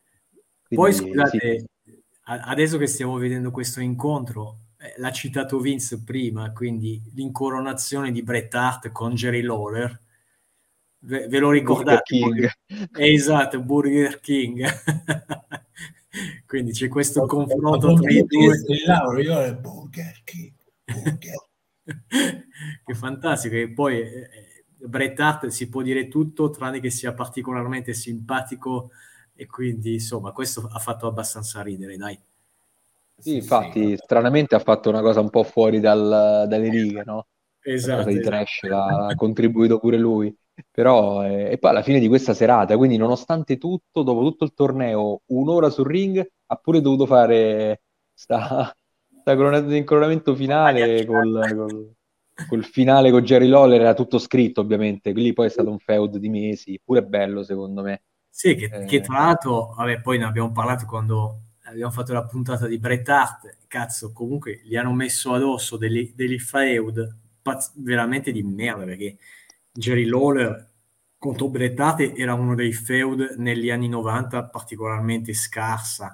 Poi Quindi sì, scusate, a- adesso che stiamo vedendo questo incontro, eh, l'ha citato Vince prima, quindi l'incoronazione di Bret Hart con Jerry Lawler, ve, ve lo Burger ricordate? King. Burger- Esatto, Burger King. Quindi c'è questo confronto Non tra i tutti che due. strillavano, io ero Burger King, Burger. Che fantastico, e poi eh, Bret Hart si può dire tutto tranne che sia particolarmente simpatico e quindi insomma questo ha fatto abbastanza ridere, dai. Sì, Sì, sì, infatti, vabbè. stranamente ha fatto una cosa un po' fuori dal- dalle righe, no? Qualcosa Esatto, di esatto. trash, l'ha l'ha contribuito pure lui. Però, eh, e poi alla fine di questa serata, quindi nonostante tutto, dopo tutto il torneo, un'ora sul ring, ha pure dovuto fare sta, sta corona- incoronamento finale col, col, col finale con Jerry Lawler, era tutto scritto ovviamente, lì poi è stato un feud di mesi, pure bello secondo me. Sì, che, che Eh, tra l'altro, vabbè, poi ne abbiamo parlato quando abbiamo fatto la puntata di Bret Hart, cazzo, comunque gli hanno messo addosso degli, degli feud pazz- veramente di merda, perché Jerry Lawler contro Bret Hart era uno dei feud negli anni novanta particolarmente scarsa.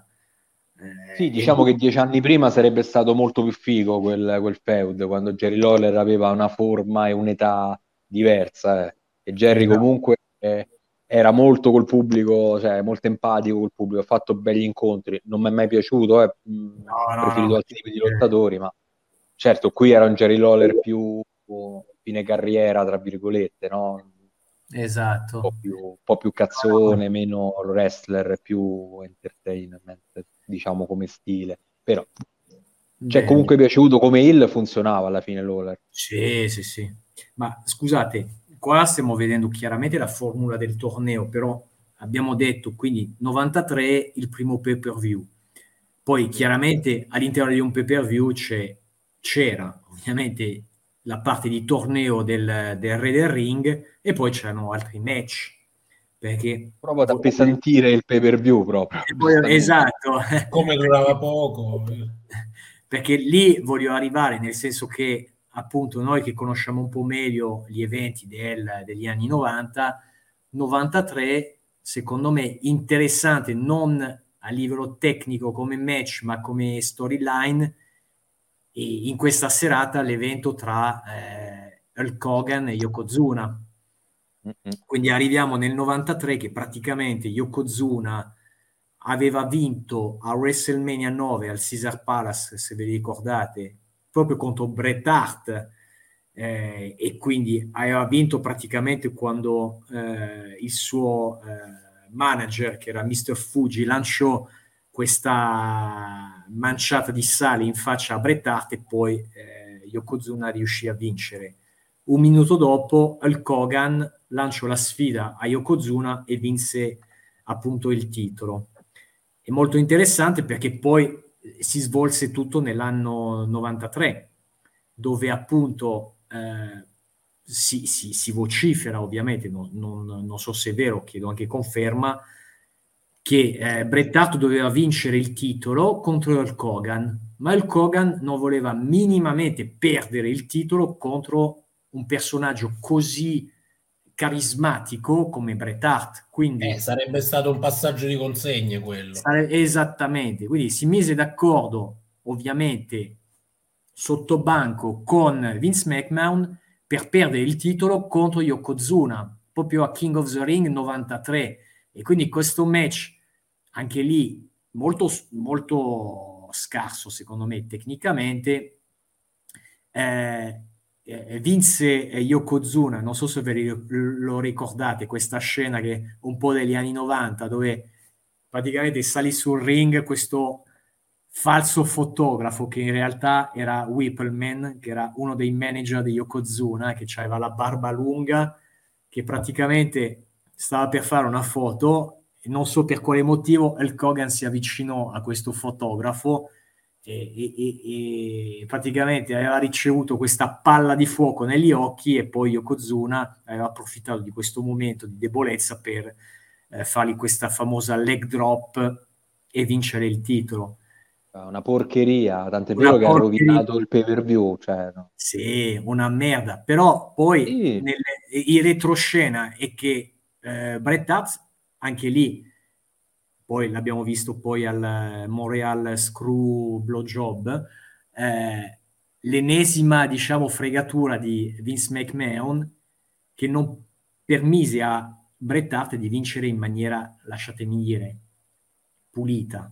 Sì, Eh, e diciamo che dieci anni prima sarebbe stato molto più figo quel, quel feud, quando Jerry Lawler aveva una forma e un'età diversa, eh. E Jerry esatto. comunque eh, era molto col pubblico, cioè molto empatico col pubblico, ha fatto begli incontri, non mi è mai piaciuto, eh, mh, No, ho no, no, preferito ma altri tipi di lottatori, ma certo qui era un Jerry Lawler più fine carriera, tra virgolette, no? Un po' esatto. più, un po' più cazzone, meno wrestler, più entertainment, diciamo come stile. Però ci è Bene. comunque piaciuto come Hill funzionava alla fine Lawler. Sì, sì, sì. Ma scusate, qua stiamo vedendo chiaramente la formula del torneo, però abbiamo detto quindi novantatré il primo pay per view. Poi Sì. chiaramente all'interno di un pay per view c'è, c'era ovviamente la parte di torneo del, del Re del Ring e poi c'erano altri match. Perché, Proprio ad appesantire il pay per view proprio, e poi, giustamente. esatto, Come durava poco. eh. perché lì voglio arrivare, nel senso che appunto noi che conosciamo un po' meglio gli eventi del, degli anni novanta, novantatré secondo me interessante non a livello tecnico come match ma come storyline e in questa serata l'evento tra eh, Hulk Hogan e Yokozuna. Mm-mm. Quindi arriviamo nel novantatré che praticamente Yokozuna aveva vinto a WrestleMania nove al Caesar Palace, se vi ricordate, proprio contro Bret Hart, eh, e quindi aveva vinto praticamente quando eh, il suo eh, manager, che era mister Fuji, lanciò questa manciata di sale in faccia a Bret Hart e poi eh, Yokozuna riuscì a vincere. Un minuto dopo Hulk Hogan lanciò la sfida a Yokozuna e vinse appunto il titolo. è molto interessante perché poi si svolse tutto nell'anno novantatré, dove appunto eh, si, si, si vocifera, ovviamente, non, non, non so se è vero, chiedo anche conferma, che eh, Bret Hart doveva vincere il titolo contro Hulk Hogan, ma Hulk Hogan non voleva minimamente perdere il titolo contro un personaggio così carismatico come Bret Hart. Quindi Eh, sarebbe stato un passaggio di consegne quello. sare- esattamente, quindi si mise d'accordo, ovviamente, sotto banco con Vince McMahon per perdere il titolo contro Yokozuna, proprio a King of the Ring novantatré. E quindi questo match, anche lì, molto, molto scarso, secondo me, tecnicamente, eh, eh, vinse Yokozuna. Non so se ve lo ricordate, questa scena che è un po' degli anni novanta, dove praticamente salì sul ring questo falso fotografo che in realtà era Whippleman, che era uno dei manager di Yokozuna, che aveva la barba lunga, che praticamente stava per fare una foto e non so per quale motivo Hulk Hogan si avvicinò a questo fotografo e, e, e praticamente aveva ricevuto questa palla di fuoco negli occhi, e poi Yokozuna aveva approfittato di questo momento di debolezza per eh, fargli questa famosa leg drop e vincere il titolo. Una porcheria, tant'è Una vero che ha porcheria. rovinato il pay per view, cioè, no. Sì, una merda. Però poi Sì. nelle, in retroscena è che eh, Bret Hart, anche lì, poi l'abbiamo visto poi al Montreal Screw Blowjob, eh, l'ennesima, diciamo, fregatura di Vince McMahon, che non permise a Bret Hart di vincere in maniera, lasciatemi dire, pulita,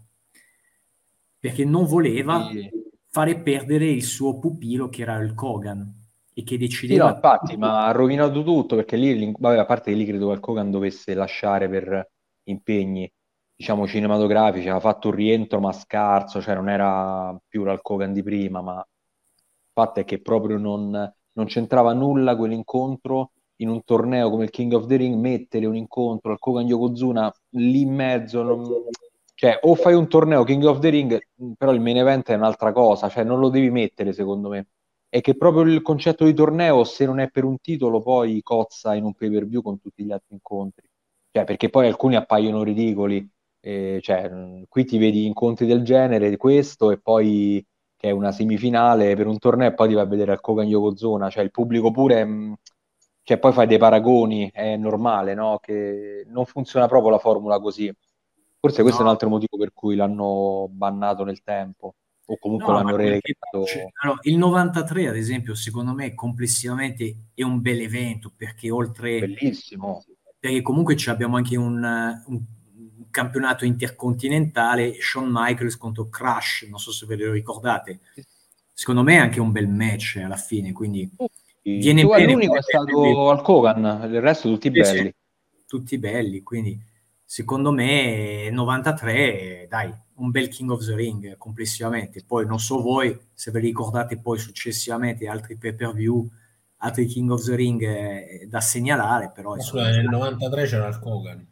perché non voleva Sì. fare perdere il suo pupillo che era Hulk Hogan e che Sì, no, decideva infatti, ma ha rovinato tutto perché lì, l'in- vabbè, a parte che lì credo che Hulk Hogan dovesse lasciare per impegni, diciamo, cinematografici, aveva fatto un rientro ma scarso, cioè non era più Hulk Hogan di prima, ma il fatto è che proprio non, non c'entrava nulla quell'incontro in un torneo come il King of the Ring, mettere un incontro Hulk Hogan Yokozuna lì in mezzo, non- cioè o fai un torneo King of the Ring, però il main event è un'altra cosa, cioè non lo devi mettere secondo me. È che proprio il concetto di torneo, se non è per un titolo, poi cozza in un pay per view con tutti gli altri incontri. Cioè, perché poi alcuni appaiono ridicoli. Eh, cioè, mh, qui ti vedi incontri del genere, questo, e poi che è una semifinale per un torneo, e poi ti vai a vedere al Kogan Yokozuna. Cioè, il pubblico pure, mh, cioè, poi fai dei paragoni, è normale, no? Che non funziona proprio la formula così. Forse questo è un no, altro motivo per cui l'hanno bannato nel tempo, o comunque no, ma l'hanno perché cioè, relegato. allora, il novantatré, ad esempio, secondo me complessivamente è un bel evento, perché oltre Bellissimo. perché comunque ci abbiamo anche un, un campionato intercontinentale, Shawn Michaels contro Crush, non so se ve lo ricordate. Secondo me è anche un bel match alla fine, quindi viene Tu, bene. l'unico è stato Hulk Hogan, il resto tutti Sì, sì, belli. tutti belli, quindi secondo me novantatré, dai, un bel King of the Ring complessivamente. Poi non so voi se ve li ricordate poi successivamente altri pay per view, altri King of the Ring eh, da segnalare, però Ma insomma, scusa, nel novantatré c'era Hulk Hogan.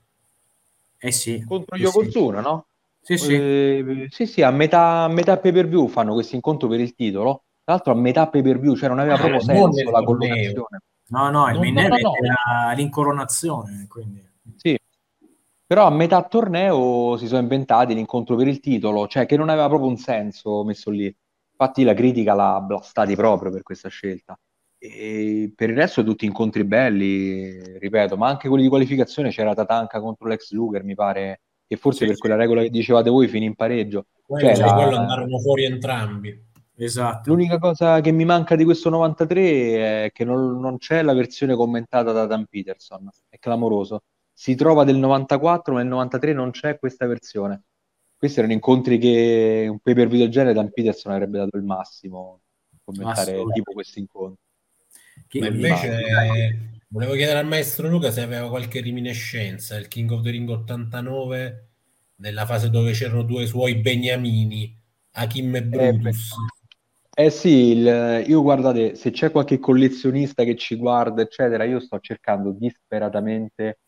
eh sì, Contro sì, sì, Yokozuna, no? sì, sì. Eh, sì, sì, a metà, a metà pay per view fanno questo incontro per il titolo. Tra l'altro a metà pay per view, cioè non aveva Ah, proprio non senso nel la torneo. collocazione. No, no, il Non main No, no, event no. era l'incoronazione, quindi. Sì. Però a metà torneo si sono inventati l'incontro per il titolo, cioè che non aveva proprio un senso messo lì. Infatti la critica l'ha blastati proprio per questa scelta. E per il resto tutti incontri belli, ripeto, ma anche quelli di qualificazione c'era Tatanka contro l'ex Luger, mi pare, che forse Sì, per sì, quella regola che dicevate voi finì in pareggio. Cioè, Quello, di quello la- andarono fuori entrambi. esatto. l'unica cosa che mi manca di questo novantatré è che non, non c'è la versione commentata da Dan Peterson, è clamoroso. Si trova del novantaquattro, ma nel novantatré non c'è questa versione. Questi erano incontri che un pay per view del genere Dan Peterson avrebbe dato il massimo a commentare tipo Assolutamente. questi incontri. Che, Ma Ma invece eh, volevo chiedere al maestro Luca se aveva qualche reminiscenza, il King of the Ring ottantanove, nella fase dove c'erano due suoi beniamini, Hakim e eh, beh, Brutus. eh sì, il- io guardate, se c'è qualche collezionista che ci guarda, eccetera, io sto cercando disperatamente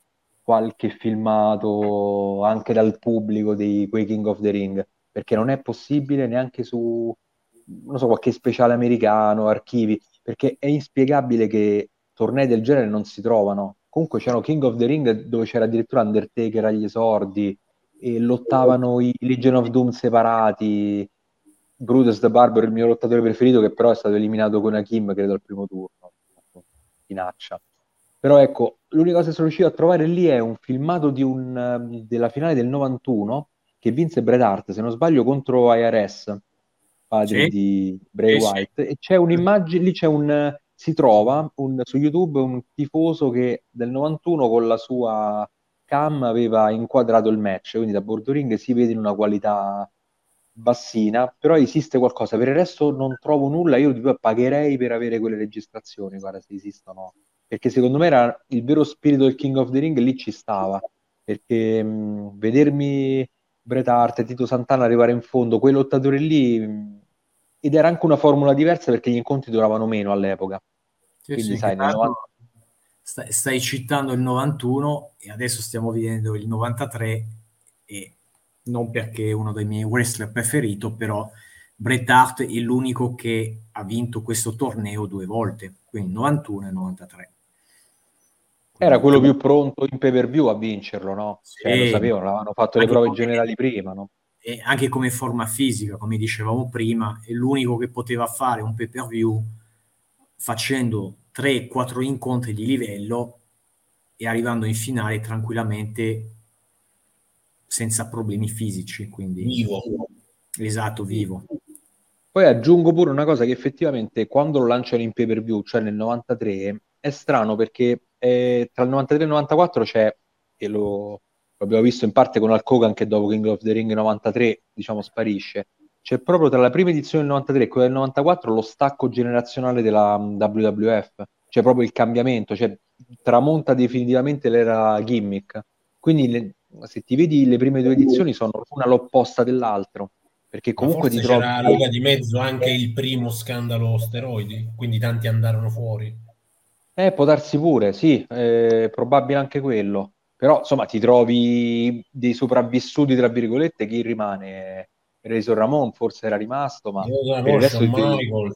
qualche filmato anche dal pubblico di quei King of the Ring, perché non è possibile neanche su, non so, qualche speciale americano, archivi, perché è inspiegabile che tornei del genere non si trovano. Comunque c'erano King of the Ring dove c'era addirittura Undertaker agli esordi e lottavano i Legion of Doom separati. Brutus the Barber, il mio lottatore preferito, che però è stato eliminato con Hakim, credo, al primo turno. Finaccia. Però ecco, l'unica cosa che sono riuscito a trovare lì è un filmato di un, della finale del novantuno che vinse Bret Hart, se non sbaglio, contro I R S, padre Sì. di Bray Sì, Wyatt, sì. e c'è un'immagine, lì c'è un, si trova un, su YouTube un tifoso che del novantuno con la sua cam aveva inquadrato il match, quindi da bordo ring si vede in una qualità bassina, però esiste qualcosa. Per il resto non trovo nulla, io tipo pagherei per avere quelle registrazioni, guarda se esistono, perché secondo me era il vero spirito del King of the Ring, lì ci stava, perché mh, vedermi Bret Hart e Tito Santana arrivare in fondo, quei lottatori lì, mh, ed era anche una formula diversa perché gli incontri duravano meno all'epoca, Sì, quindi sì, che sai, tra nel novanta... l'altro stai, stai citando il novantuno e adesso stiamo vedendo il novantatré, e non perché è uno dei miei wrestler preferito, però Bret Hart è l'unico che ha vinto questo torneo due volte, quindi novantuno e novantatré. Era Quindi quello tu- più pronto in pay-per-view a vincerlo, no? Cioè lo sì, sapevano, avevano fatto le anche prove come, generali prima, no? e anche come forma fisica, come dicevamo prima, è l'unico che poteva fare un pay-per-view facendo tre quattro incontri di livello e arrivando in finale tranquillamente senza problemi fisici, quindi Vivo. esatto, Sì. vivo. Poi aggiungo pure una cosa che effettivamente quando lo lanciano in pay-per-view, cioè nel novantatré, è strano perché eh, tra il novantatré e il novantaquattro c'è, e lo, lo abbiamo visto in parte con Hulk Hogan che dopo King of the Ring novantatré, diciamo, sparisce. C'è proprio tra la prima edizione del novantatré e quella del novantaquattro lo stacco generazionale della mm, W W F, c'è proprio il cambiamento, cioè tramonta definitivamente l'era gimmick. Quindi le- se ti vedi le prime due edizioni sono una l'opposta dell'altro, perché Ma comunque ti forse trovi... c'era Luca di mezzo anche il primo scandalo steroidi, quindi tanti andarono fuori. Eh, può darsi pure, sì, è probabile anche quello. Però, insomma, ti trovi dei sopravvissuti, tra virgolette, chi rimane? Razor Ramon forse era rimasto, ma Io la per il conosco, resto ti... Michael.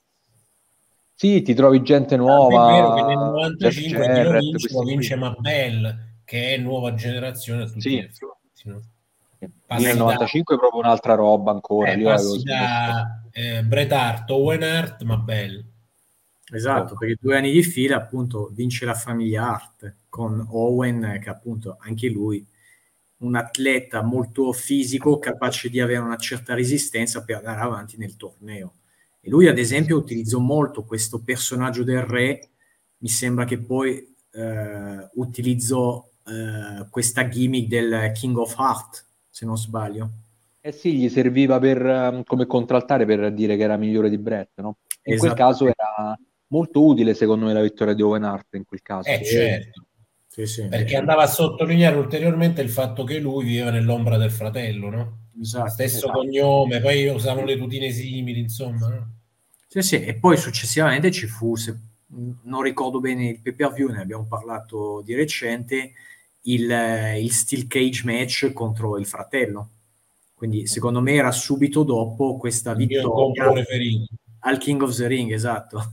Sì, ti trovi gente Tant'è vero che nel nuova, Jeff novantacinque chi lo Jarrett, vince lo questi qui. vince Mabel, che è nuova generazione a tutti gli Sì, effetti, no? lì nel Passi da, novantacinque è proprio un'altra roba ancora, eh, lì io avevo passi smesso. da eh, Bret Hart, Owen Hart, Mabel. Esatto, Oh. perché due anni di fila appunto vince la famiglia Hart con Owen, che appunto anche lui un atleta molto fisico, capace di avere una certa resistenza per andare avanti nel torneo. E lui ad esempio utilizzò molto questo personaggio del re, mi sembra che poi eh, utilizzò eh, questa gimmick del King of Heart, se non sbaglio. Eh sì, gli serviva per, ehm, come contraltare per dire che era migliore di Brett, no? In quel caso Esattamente. era molto utile, secondo me, la vittoria di Owen Hart in quel caso. Eh certo, Sì, sì. perché andava a sottolineare ulteriormente il fatto che lui viveva nell'ombra del fratello, no? Esatto, Stesso esatto. cognome, poi usavano le tutine simili, insomma, no? Sì, sì, e poi successivamente ci fu, se, non ricordo bene il pay-per-view, ne abbiamo parlato di recente, il, il Steel Cage match contro il fratello. Quindi secondo me era subito dopo questa Il mio incontro vittoria preferito. al King of the Ring, esatto.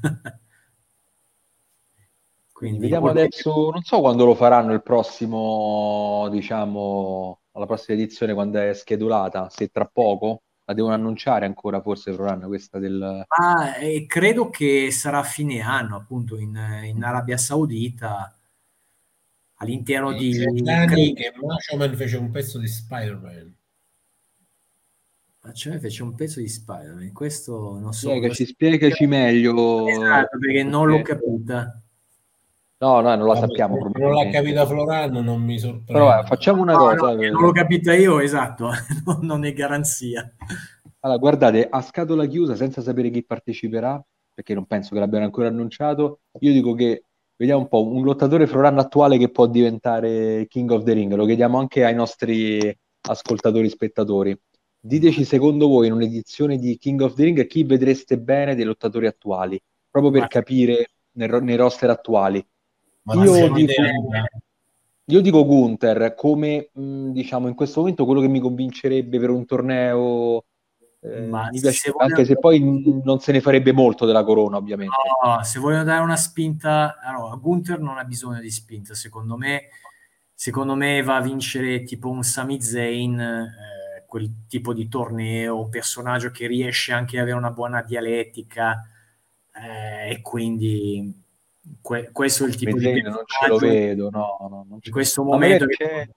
Quindi Quindi vediamo oltre che... adesso, non so quando lo faranno il prossimo, diciamo, alla prossima edizione, quando è schedulata, se tra poco, la devono annunciare ancora, forse faranno questa del... Ah, e credo che sarà fine anno, appunto, in, in Arabia Saudita, all'interno Mi di... dice Dani che Macho Man fece un pezzo di Spider-Man. Cioè, fece un pezzo di Spider-Man, questo non so cosa Spiegaci, sia. spiegaci meglio, Esatto, perché non l'ho perché... capita. No, no, non la Vabbè, sappiamo se non l'ha probabilmente. capita Florano non mi Però eh, sorprende. facciamo una No, no, cosa. che non l'ho eh, capita io, esatto, non è garanzia. Allora, guardate, a scatola chiusa, senza sapere chi parteciperà, perché non penso che l'abbiano ancora annunciato, io dico che vediamo un po' un lottatore Florano attuale che può diventare King of the Ring. Lo chiediamo anche ai nostri ascoltatori, spettatori. Diteci secondo voi in un'edizione di King of the Ring chi vedreste bene dei lottatori attuali, proprio per Ma, capire nel ro- nei roster attuali. Ma tu Io c'è dico, un'idea, Luca? Io dico Gunther come, mh, diciamo, in questo momento quello che mi convincerebbe per un torneo, eh, Ma mi se piacerebbe, vogliono, anche se poi mh, non se ne farebbe molto della corona, ovviamente. no, se vogliono dare una spinta, allora, Gunther non ha bisogno di spinta, secondo me, secondo me va a vincere tipo un Sami Zayn, eh, quel tipo di torneo, un personaggio che riesce anche ad avere una buona dialettica, eh, e quindi que- questo è il tipo di Zayn non ce lo personaggio vedo, no, no, non in ce- questo Ma momento magari che... c'è...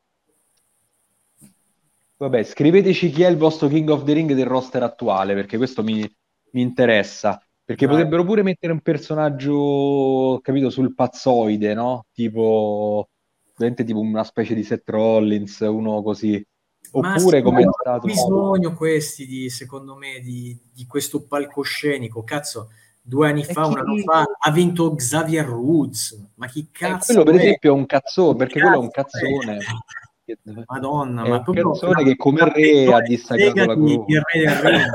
Vabbè, scriveteci chi è il vostro King of the Ring del roster attuale, perché questo mi, mi interessa. Perché Dai. potrebbero pure mettere un personaggio, capito, sul pazzoide, no? Tipo, veramente tipo una specie di Seth Rollins, uno così. Ma sì, Oppure come è hanno stato... bisogno questi di, secondo me, di, di questo palcoscenico. Cazzo, due anni E fa, un anno chi... fa, ha vinto Xavier Woods. Ma chi eh, quello cazzo per è? esempio è un cazzone, Chi perché quello è un cazzo è? cazzone. che- Madonna, È ma un proprio la, cazzone che come la re ha peggiore dissacrato sega la di, di corona. Re del Ring.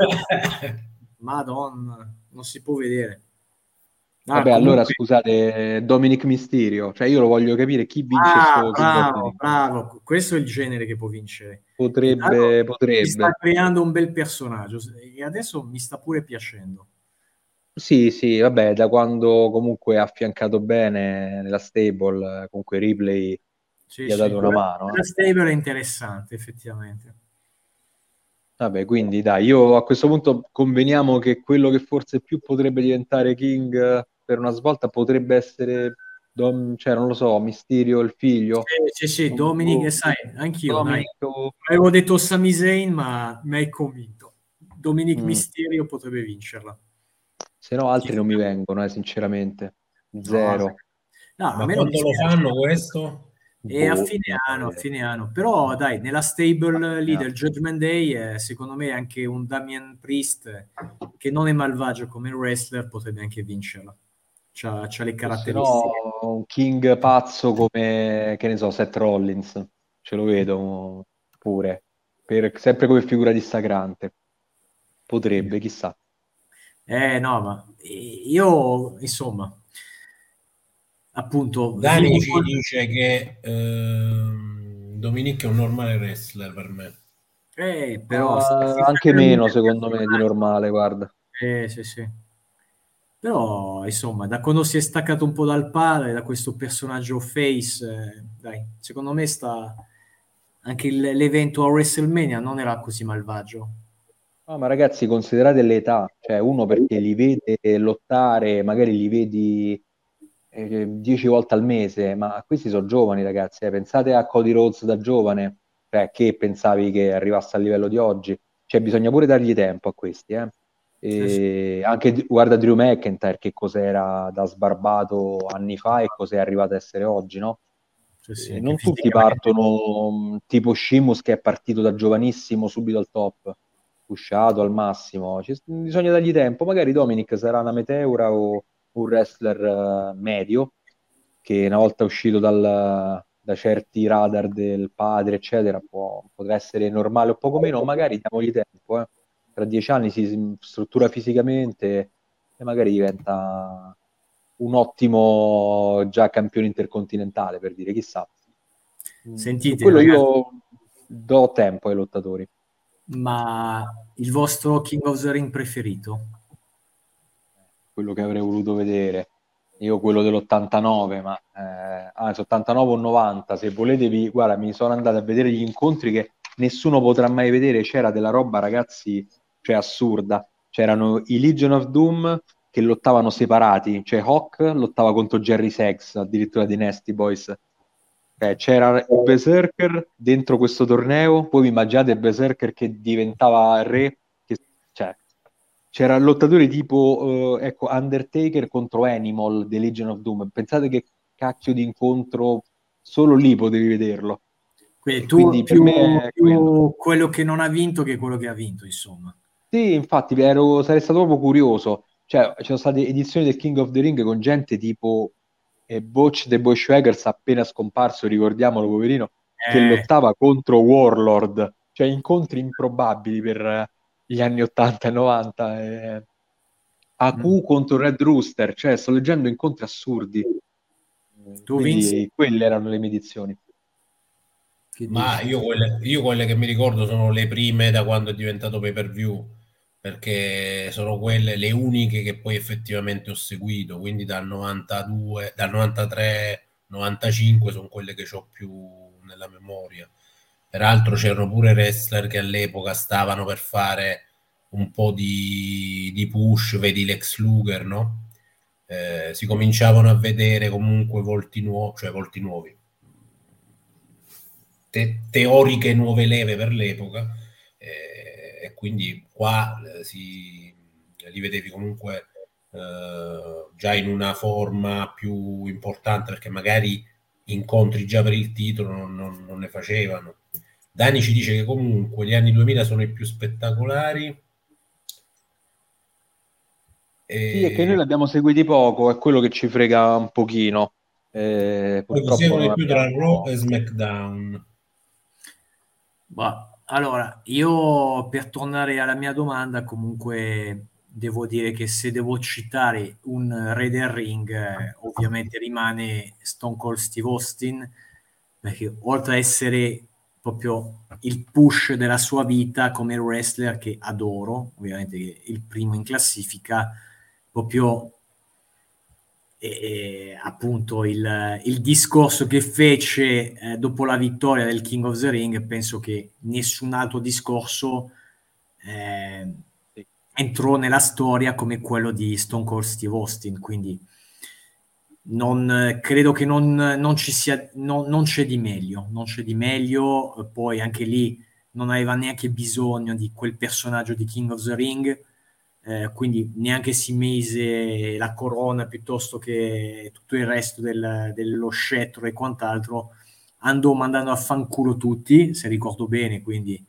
Madonna, non si può vedere. Ah, Vabbè, allora comunque, scusate, Dominic Mysterio, cioè io lo voglio capire chi vince ah, sto King of the bravo, Ring. bravo. Questo è il genere che può vincere. E Potrebbe, Dato si sta potrebbe. creando un bel personaggio e adesso mi sta pure piacendo. Sì, sì, vabbè, da quando comunque ha affiancato bene nella stable, eh, comunque Ripley Sì, gli ha sì, dato una quella, mano, eh. quella stable è interessante, effettivamente. Vabbè, quindi dai, io a questo punto conveniamo che quello che forse più potrebbe diventare King eh, per una svolta potrebbe essere, Dom- cioè non lo so, Mysterio il figlio, Sì, sì, sì, non- Dominic, e boh, sai, anch'io, dai. Dominic o- Avevo detto Sami Zayn, ma mi hai convinto. Dominic mm, Mysterio potrebbe vincerla. se no altri non mi vengono, eh, sinceramente. No, Zero. no, a Ma me non quando lo dispiace. fanno questo? E a Boh, fine non ho anno, a idea. fine anno. Però dai, nella stable lì Eh, del Judgment Day, eh, secondo me anche un Damian Priest, eh, che non è malvagio come wrestler, potrebbe anche vincerla. C'ha, c'ha le O se no, caratteristiche. un King pazzo come, che ne so, Seth Rollins, ce lo vedo pure, per- sempre come figura dissacrante. Potrebbe, chissà. Eh no, ma io, insomma, appunto, Dani vinco. ci dice che ehm, Dominic è un normale wrestler per me. Eh, però si si Ah, sta anche creando un meno, bel secondo me, di personaggio. normale, guarda. Eh, sì, sì. Però, insomma, da quando si è staccato un po' dal padre, da questo personaggio face, eh, dai, secondo me sta anche il- l'evento a WrestleMania non era così malvagio. No, ma ragazzi, considerate l'età, cioè uno perché li vede lottare, magari li vedi eh, dieci volte al mese, ma questi sono giovani, ragazzi. eh. Pensate a Cody Rhodes da giovane, cioè che pensavi che arrivasse al livello di oggi? Cioè, bisogna pure dargli tempo a questi, eh. Sì, sì, E anche guarda Drew McIntyre, che cos'era da sbarbato anni fa e cos'è arrivato a essere oggi, no? sì, sì, E anche non tutti fisicamente. partono mh, tipo Sheamus che è partito da giovanissimo subito al top, pushato al massimo. Ci- bisogna dargli tempo. Magari Dominic sarà una meteora o un wrestler eh, medio che una volta uscito dal- da certi radar del padre, eccetera, può, potrà essere normale o poco meno. Magari diamogli tempo. eh. Tra dieci anni si struttura fisicamente e magari diventa un ottimo già campione intercontinentale, per dire, chissà. Mm, Su Sentite, quello ragazzi, io do tempo ai lottatori. ma il vostro King of the Ring preferito? Quello che avrei voluto vedere. Io quello dell'ottantanove, ma eh, anzi ottantanove o novanta, se volete vi, guarda, mi sono andato a vedere gli incontri che nessuno potrà mai vedere, c'era della roba, ragazzi, cioè assurda. C'erano i Legion of Doom che lottavano separati, cioè Hawk lottava contro Jerry Sex, addirittura dei Nasty Boys. Cioè, c'era il Berserker dentro questo torneo, poi vi immaginate il Berserker che diventava re, che, cioè, c'era lottatore tipo eh, ecco, Undertaker contro Animal di Legion of Doom. Pensate che cacchio di incontro, solo lì potevi vederlo. Quindi E tu quindi per più, me è quello. più quello che non ha vinto che quello che ha vinto, insomma. Sì, infatti ero, sarei stato proprio curioso. Cioè, ci sono state edizioni del King of the Ring con gente tipo eh, Butch the Bushwhackers appena scomparso, ricordiamolo, poverino, che Eh, lottava contro Warlord. Cioè, incontri improbabili per eh, gli anni ottanta e novanta. eh. mm. A Q contro Red Rooster, cioè sto leggendo incontri assurdi. Eh, Tu vinci? Quindi quelle erano le mie edizioni. Che Ma dici? io quelle, io quelle che mi ricordo sono le prime da quando è diventato pay per view, perché sono quelle le uniche che poi effettivamente ho seguito, quindi dal novantadue, dal novantatré, novantacinque sono quelle che ho più nella memoria. Peraltro c'erano pure wrestler che all'epoca stavano per fare un po' di, di push, vedi Lex Luger, no? Eh, si cominciavano a vedere comunque volti nuovi, cioè volti nuovi, te- teoriche nuove leve per l'epoca, eh, e quindi qua eh, si, li vedevi comunque eh, già in una forma più importante, perché magari incontri già per il titolo non, non- non ne facevano. Dani ci dice che comunque gli anni duemila sono i più spettacolari. Sì, è che noi E l'abbiamo seguiti poco, è quello che ci frega un pochino. Eh, poi ti purtroppo seguono non di più tra Raw abbiamo... e SmackDown. Bah, allora, io per tornare alla mia domanda, comunque devo dire che se devo citare un re del ring, eh, ovviamente rimane Stone Cold Steve Austin, perché oltre a essere proprio il push della sua vita come wrestler che adoro, ovviamente il primo in classifica, proprio e, appunto il, il discorso che fece eh, dopo la vittoria del King of the Ring, penso che nessun altro discorso eh, Sì. entrò nella storia come quello di Stone Cold Steve Austin, quindi non, credo che non, non ci sia, non, non c'è di meglio, non c'è di meglio, poi anche lì non aveva neanche bisogno di quel personaggio di King of the Ring, eh, quindi neanche si mise la corona piuttosto che tutto il resto del, dello scettro e quant'altro, andò mandando a fanculo tutti, se ricordo bene, quindi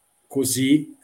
così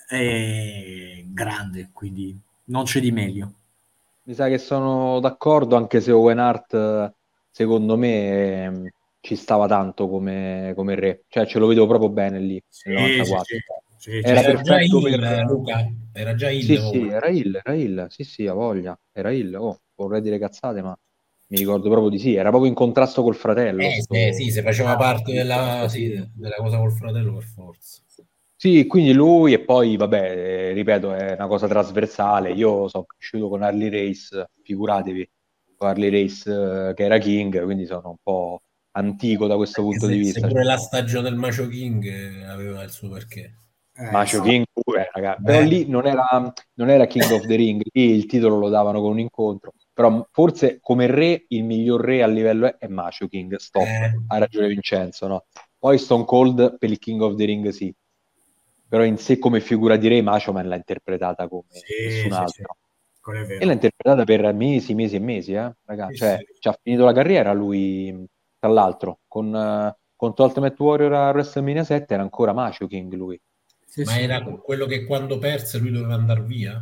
è grande, quindi non c'è di meglio. Mi sa che sono d'accordo, anche se Owen Hart, eh, secondo me, ehm, ci stava tanto come, come re. Cioè, ce lo vedo proprio bene lì, nel Sì, sì, novantaquattro. sì, sì, ci Era sta. Era già perfetto per... il Luca, era già il Sì, sì, Owen. era Hill, era Hill. Sì, sì, ha voglia. Era Hill. Oh, vorrei dire cazzate, ma mi ricordo proprio di sì. Era proprio in contrasto col fratello, Eh, sì, sto... sì, se faceva parte della, Sì, sì, sì. della cosa col fratello per forza. Sì, quindi lui e poi, vabbè, eh, ripeto, è una cosa trasversale. Io sono cresciuto con Harley Race, figuratevi, con Harley Race eh, che era King, quindi sono un po' antico da questo Anche punto di se, se vista. pure la Cioè, stagione del Macho King eh, aveva il suo perché. Eh, Macho sì. King pure, ragazzi. Però Beh, lì non era, non era King of the Ring, lì il titolo lo davano con un incontro. Però forse come re, il miglior re a livello è, è Macho King, stop. eh, Ha ragione Vincenzo, no? Poi Stone Cold per il King of the Ring, sì. Però in sé come figura di re, Macho Man l'ha interpretata come Sì, nessun sì, sì, altro. quello è E l'ha vero. interpretata per mesi, mesi e mesi, eh, ragazzi. sì, Cioè, sì. ci ha finito la carriera lui, tra l'altro, con, eh, contro Ultimate Warrior a WrestleMania sette era ancora Macho King lui. Sì, Ma sì. era quello che quando perse lui doveva andare via?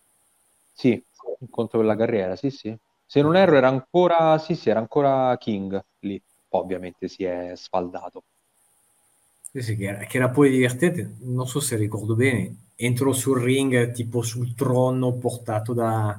Sì, in conto per la carriera, sì, sì. Se non Ok. erro era ancora, sì, sì, era ancora King lì. Poi ovviamente si è sfaldato. Sì, sì, che era, che era poi divertente, non so se ricordo bene, entrò sul ring tipo sul trono portato da,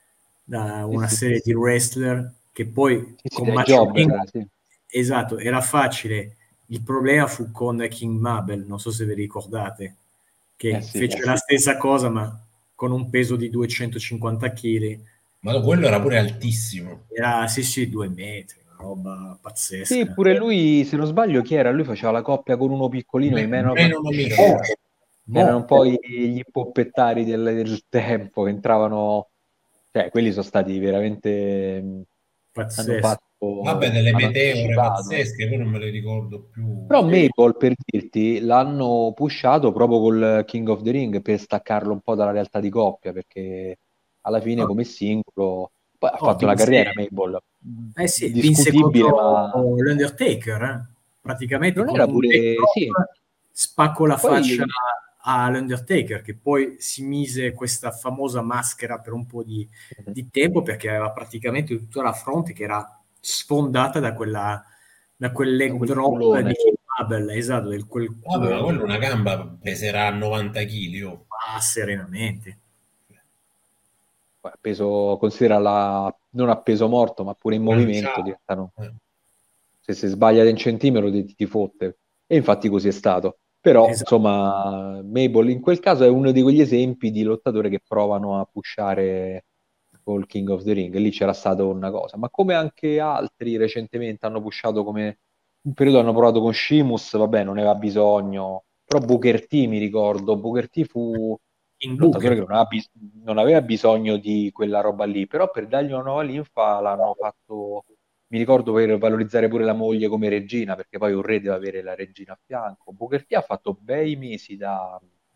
da Sì, una sì, serie di wrestler che poi sì, sì, con dai Macho King, Jobber, sì. esatto, era facile. Il problema fu con King Mabel, non so se vi ricordate, Eh che sì, fece la stessa cosa ma con un peso di duecentocinquanta chili. Ma quello era pure altissimo. Era, sì, sì, due metri, una roba sì, pazzesca. pure lui, se non sbaglio, chi era? Lui faceva la coppia con uno piccolino, i Me- Man of meno Action, amici. che erano un Mo, po' i- gli poppettari del, del tempo, che entravano, cioè, quelli sono stati veramente, mh, hanno pazzesco. fatto, Vabbè, delle hanno meteore anticipato. pazzesche, poi non me le ricordo più. Però Sì. Mabel, per dirti, l'hanno pushato proprio col King of the Ring per staccarlo un po' dalla realtà di coppia, perché alla fine Oh, come singolo, poi ha oh, fatto una vinse, carriera Mabel, eh sì, vinse discutibile, contro ma l'Undertaker, eh. Praticamente non con era un leg pure, sì, drop spacco la faccia poi all'Undertaker, che poi si mise questa famosa maschera per un po' di, di tempo perché aveva praticamente tutta la fronte che era sfondata da quella da quel da leg quel drop di culone, King Mabel, esatto, del quel Vabbè, ma culone, quello una gamba peserà novanta chili. Oh. ah, serenamente. a peso, considera la, non a peso morto, ma pure in movimento Lanciato. diventano, Eh. se si sbaglia di un centimetro ti, ti fotte. E infatti così è stato. Però, Esatto. insomma, Mabel in quel caso è uno di quegli esempi di lottatore che provano a pushare col King of the Ring. Lì c'era stata una cosa. Ma come anche altri recentemente hanno pushato, come un periodo hanno provato con Sheamus, vabbè, non ne aveva bisogno. Però Booker T, mi ricordo, Booker T fu un In lottatore Booker. che non aveva, bis- non aveva bisogno di quella roba lì, però per dargli una nuova linfa l'hanno fatto, mi ricordo, per valorizzare pure la moglie come regina, perché poi un re deve avere la regina a fianco. Booker T ha fatto bei mesi da,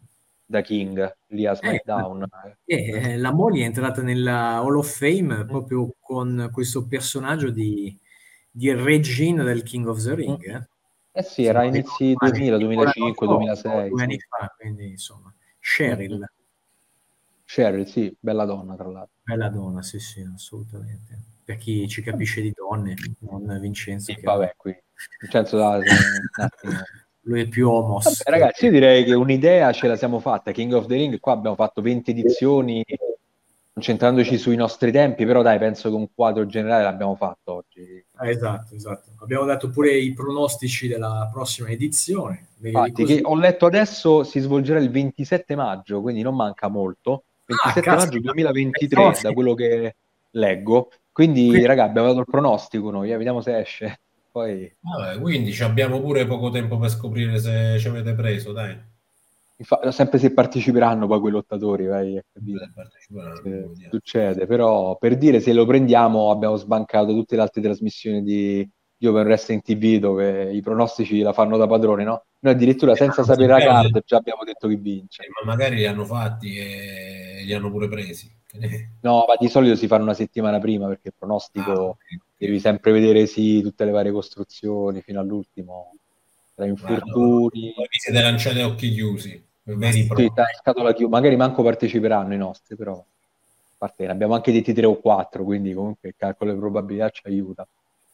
da King lì a Eh, SmackDown. eh, Eh, eh, la moglie è entrata nella Hall of Fame mm, proprio con questo personaggio di, di regina del King of the mm. Ring. Eh, Eh sì, Se era non ricordo inizi male, duemila, tipo l'anno duemilacinque, scorso, duemilasei, due anni sì. fa, quindi insomma, Mm, mm. Cheryl, Cheryl, sì, bella donna tra l'altro. bella donna, sì, sì, assolutamente. Per chi ci capisce di donne, non Vincenzo, Sì, chiaro. vabbè, qui. Vincenzo, dai, se- un attimo. Lui è più Vabbè, homos che... ragazzi, io direi che un'idea ce la siamo fatta. King of the Ring, qua abbiamo fatto venti edizioni, concentrandoci sui nostri tempi, però dai, penso che un quadro generale l'abbiamo fatto oggi. Ah, esatto, esatto. Abbiamo dato pure i pronostici della prossima edizione, meglio di Infatti, che così. ho letto adesso si svolgerà il ventisette maggio, quindi non manca molto. Ah, ventisette maggio caspita, pensavo duemilaventitré, da sì. quello che leggo. Quindi, Quindi, raga, abbiamo dato il pronostico noi, eh, vediamo se esce. Poi, Vabbè, quindi ci abbiamo pure poco tempo per scoprire se ci avete preso, dai. infa- sempre se parteciperanno poi quei lottatori, vai a capire. Beh, parteciperanno, Se vediamo. succede, però per dire se lo prendiamo abbiamo sbancato tutte le altre trasmissioni di, di Open Wrestling T V dove i pronostici la fanno da padrone, no? Noi addirittura Eh, senza ma sapere la sappiamo se- card già abbiamo detto chi vince. eh, ma magari li hanno fatti e li hanno pure presi. No, ma di solito si fanno una settimana prima perché il Ah, ok, pronostico devi ok. sempre vedere sì, tutte le varie costruzioni fino all'ultimo, tra Guarda, infortuni. voi vi siete lanciati a occhi chiusi, ma veri sì, Sì, pro. ta- scatola chiusa. Magari manco parteciperanno i nostri, però a parte che ne abbiamo anche detti tre o quattro, quindi comunque il calcolo di probabilità ci aiuta.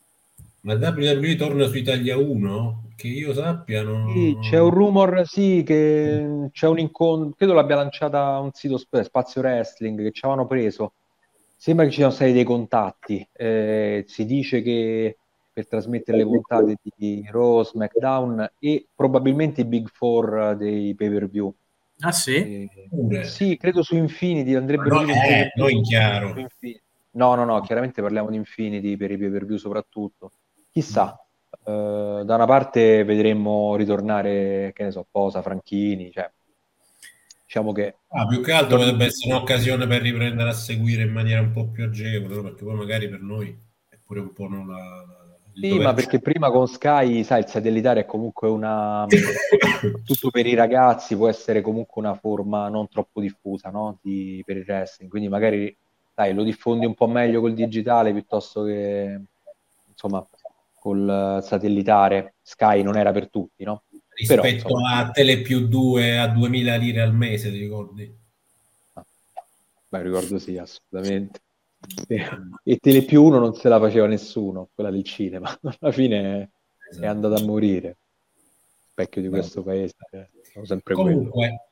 Ma W W E torna su Italia uno? Che io sappia, Sì, c'è un no... rumor, sì, che c'è un incontro, credo l'abbia lanciata un sito sp- Spazio Wrestling, che ci avevano preso. Sembra che ci siano stati dei contatti. Eh, si dice che per trasmettere le puntate di Raw, SmackDown e probabilmente i Big Four dei pay-per-view. ah sì? Eh, Pure. sì, credo su Infinity, Ma andrebbero no, tipo un eh, pay-per-view noi su, in su chiaro. Infinity. No, no, no, chiaramente parliamo di Infinity per i pay-per-view soprattutto. Chissà, eh, da una parte vedremmo ritornare, che ne so, Posa, Franchini, cioè, diciamo che Ah, più che altro non, potrebbe essere un'occasione per riprendere a seguire in maniera un po' più agevole, no? Perché poi magari per noi è pure un po' no, la- la- il sì, ma doverci. perché prima con Sky, sai, il satellitare è comunque una, soprattutto per i ragazzi, può essere comunque una forma non troppo diffusa, no? Di, per il wrestling. Quindi magari, sai, lo diffondi un po' meglio col digitale piuttosto che, insomma, col satellitare. Sky non era per tutti, no? Però, Rispetto insomma, a Tele più due a duemila lire al mese, ti ricordi? ah, beh, ricordo sì, assolutamente. E, e Tele più uno non se la faceva nessuno, quella del cinema. Alla fine è Esatto. andata a morire. Specchio di Vabbè. questo paese, eh, sono sempre quello. Comunque,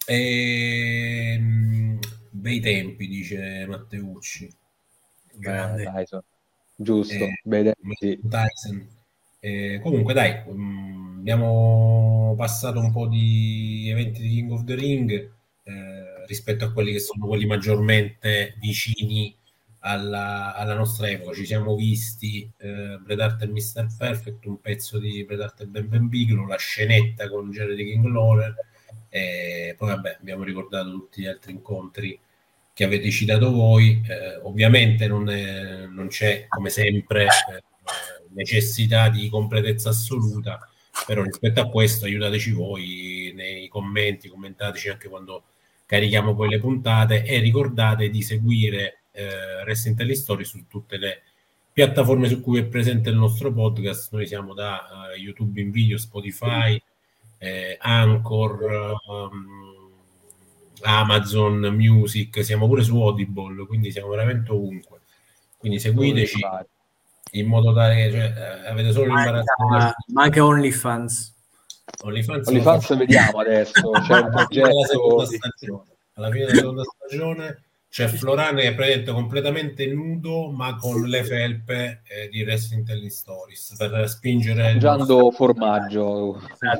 ehm, bei tempi, dice Matteucci. Beh, Grande. dai, so- Eh, giusto, vede, sì. Tyson. Eh, comunque, dai, mh, abbiamo passato un po' di eventi di King of the Ring eh, rispetto a quelli che sono quelli maggiormente vicini alla, alla nostra epoca. Ci siamo visti eh, Bret Hart e mister Perfect, un pezzo di Bret Hart e Ben Ben Bigelow, la scenetta con Jerry the King Lawler, e poi vabbè, abbiamo ricordato tutti gli altri incontri che avete citato voi. Eh, ovviamente non, è, non c'è, come sempre, eh, necessità di completezza assoluta, però rispetto a questo aiutateci voi nei commenti, commentateci anche quando carichiamo poi le puntate e ricordate di seguire eh, Wrestling Telestory su tutte le piattaforme su cui è presente il nostro podcast. Noi siamo da uh, YouTube in video, Spotify, eh, Anchor, um, Amazon Music, siamo pure su Audible, quindi siamo veramente ovunque. Quindi Dove mi seguiteci pare. in modo tale che cioè, eh, avete solo l'imbarazzo di Manca, manca OnlyFans. OnlyFans lo OnlyFans facciamo vediamo adesso, c'è un alla fine della seconda progetto di... stagione. Alla fine della seconda stagione Cioè Florane è praticamente completamente nudo ma con le felpe eh, di Wrestling Telling Stories per spingere mangiando il formaggio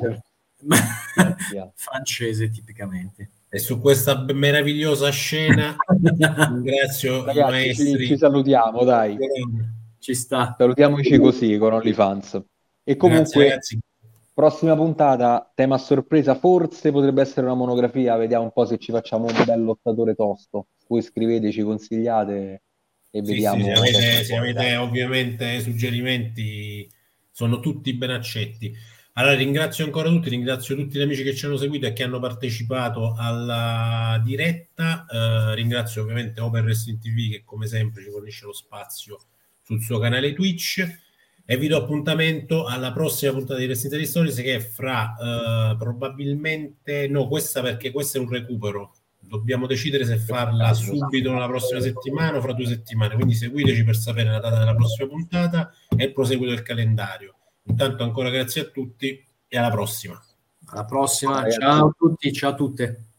francese tipicamente. E su questa meravigliosa scena ringrazio ragazzi, i maestri. Ci, ci salutiamo, dai. Ci sta. Salutiamoci così con OnlyFans. E comunque, Grazie, prossima puntata, tema a sorpresa, forse potrebbe essere una monografia, vediamo un po' se ci facciamo un bel lottatore tosto. Voi scriveteci, consigliate e sì, vediamo. Sì, se avete, se avete ovviamente suggerimenti, sono tutti ben accetti. Allora ringrazio ancora tutti, ringrazio tutti gli amici che ci hanno seguito e che hanno partecipato alla diretta. Eh, ringrazio ovviamente Open Wrestling T V che come sempre ci fornisce lo spazio sul suo canale Twitch. E vi do appuntamento alla prossima puntata di Wrestling Telling Stories che è fra eh, probabilmente no, questa perché questo è un recupero, dobbiamo decidere se farla subito la prossima settimana o fra due settimane, quindi seguiteci per sapere la data della prossima puntata e il proseguo del calendario. Intanto ancora grazie a tutti e alla prossima. Alla prossima, ciao a tutti, ciao a tutte.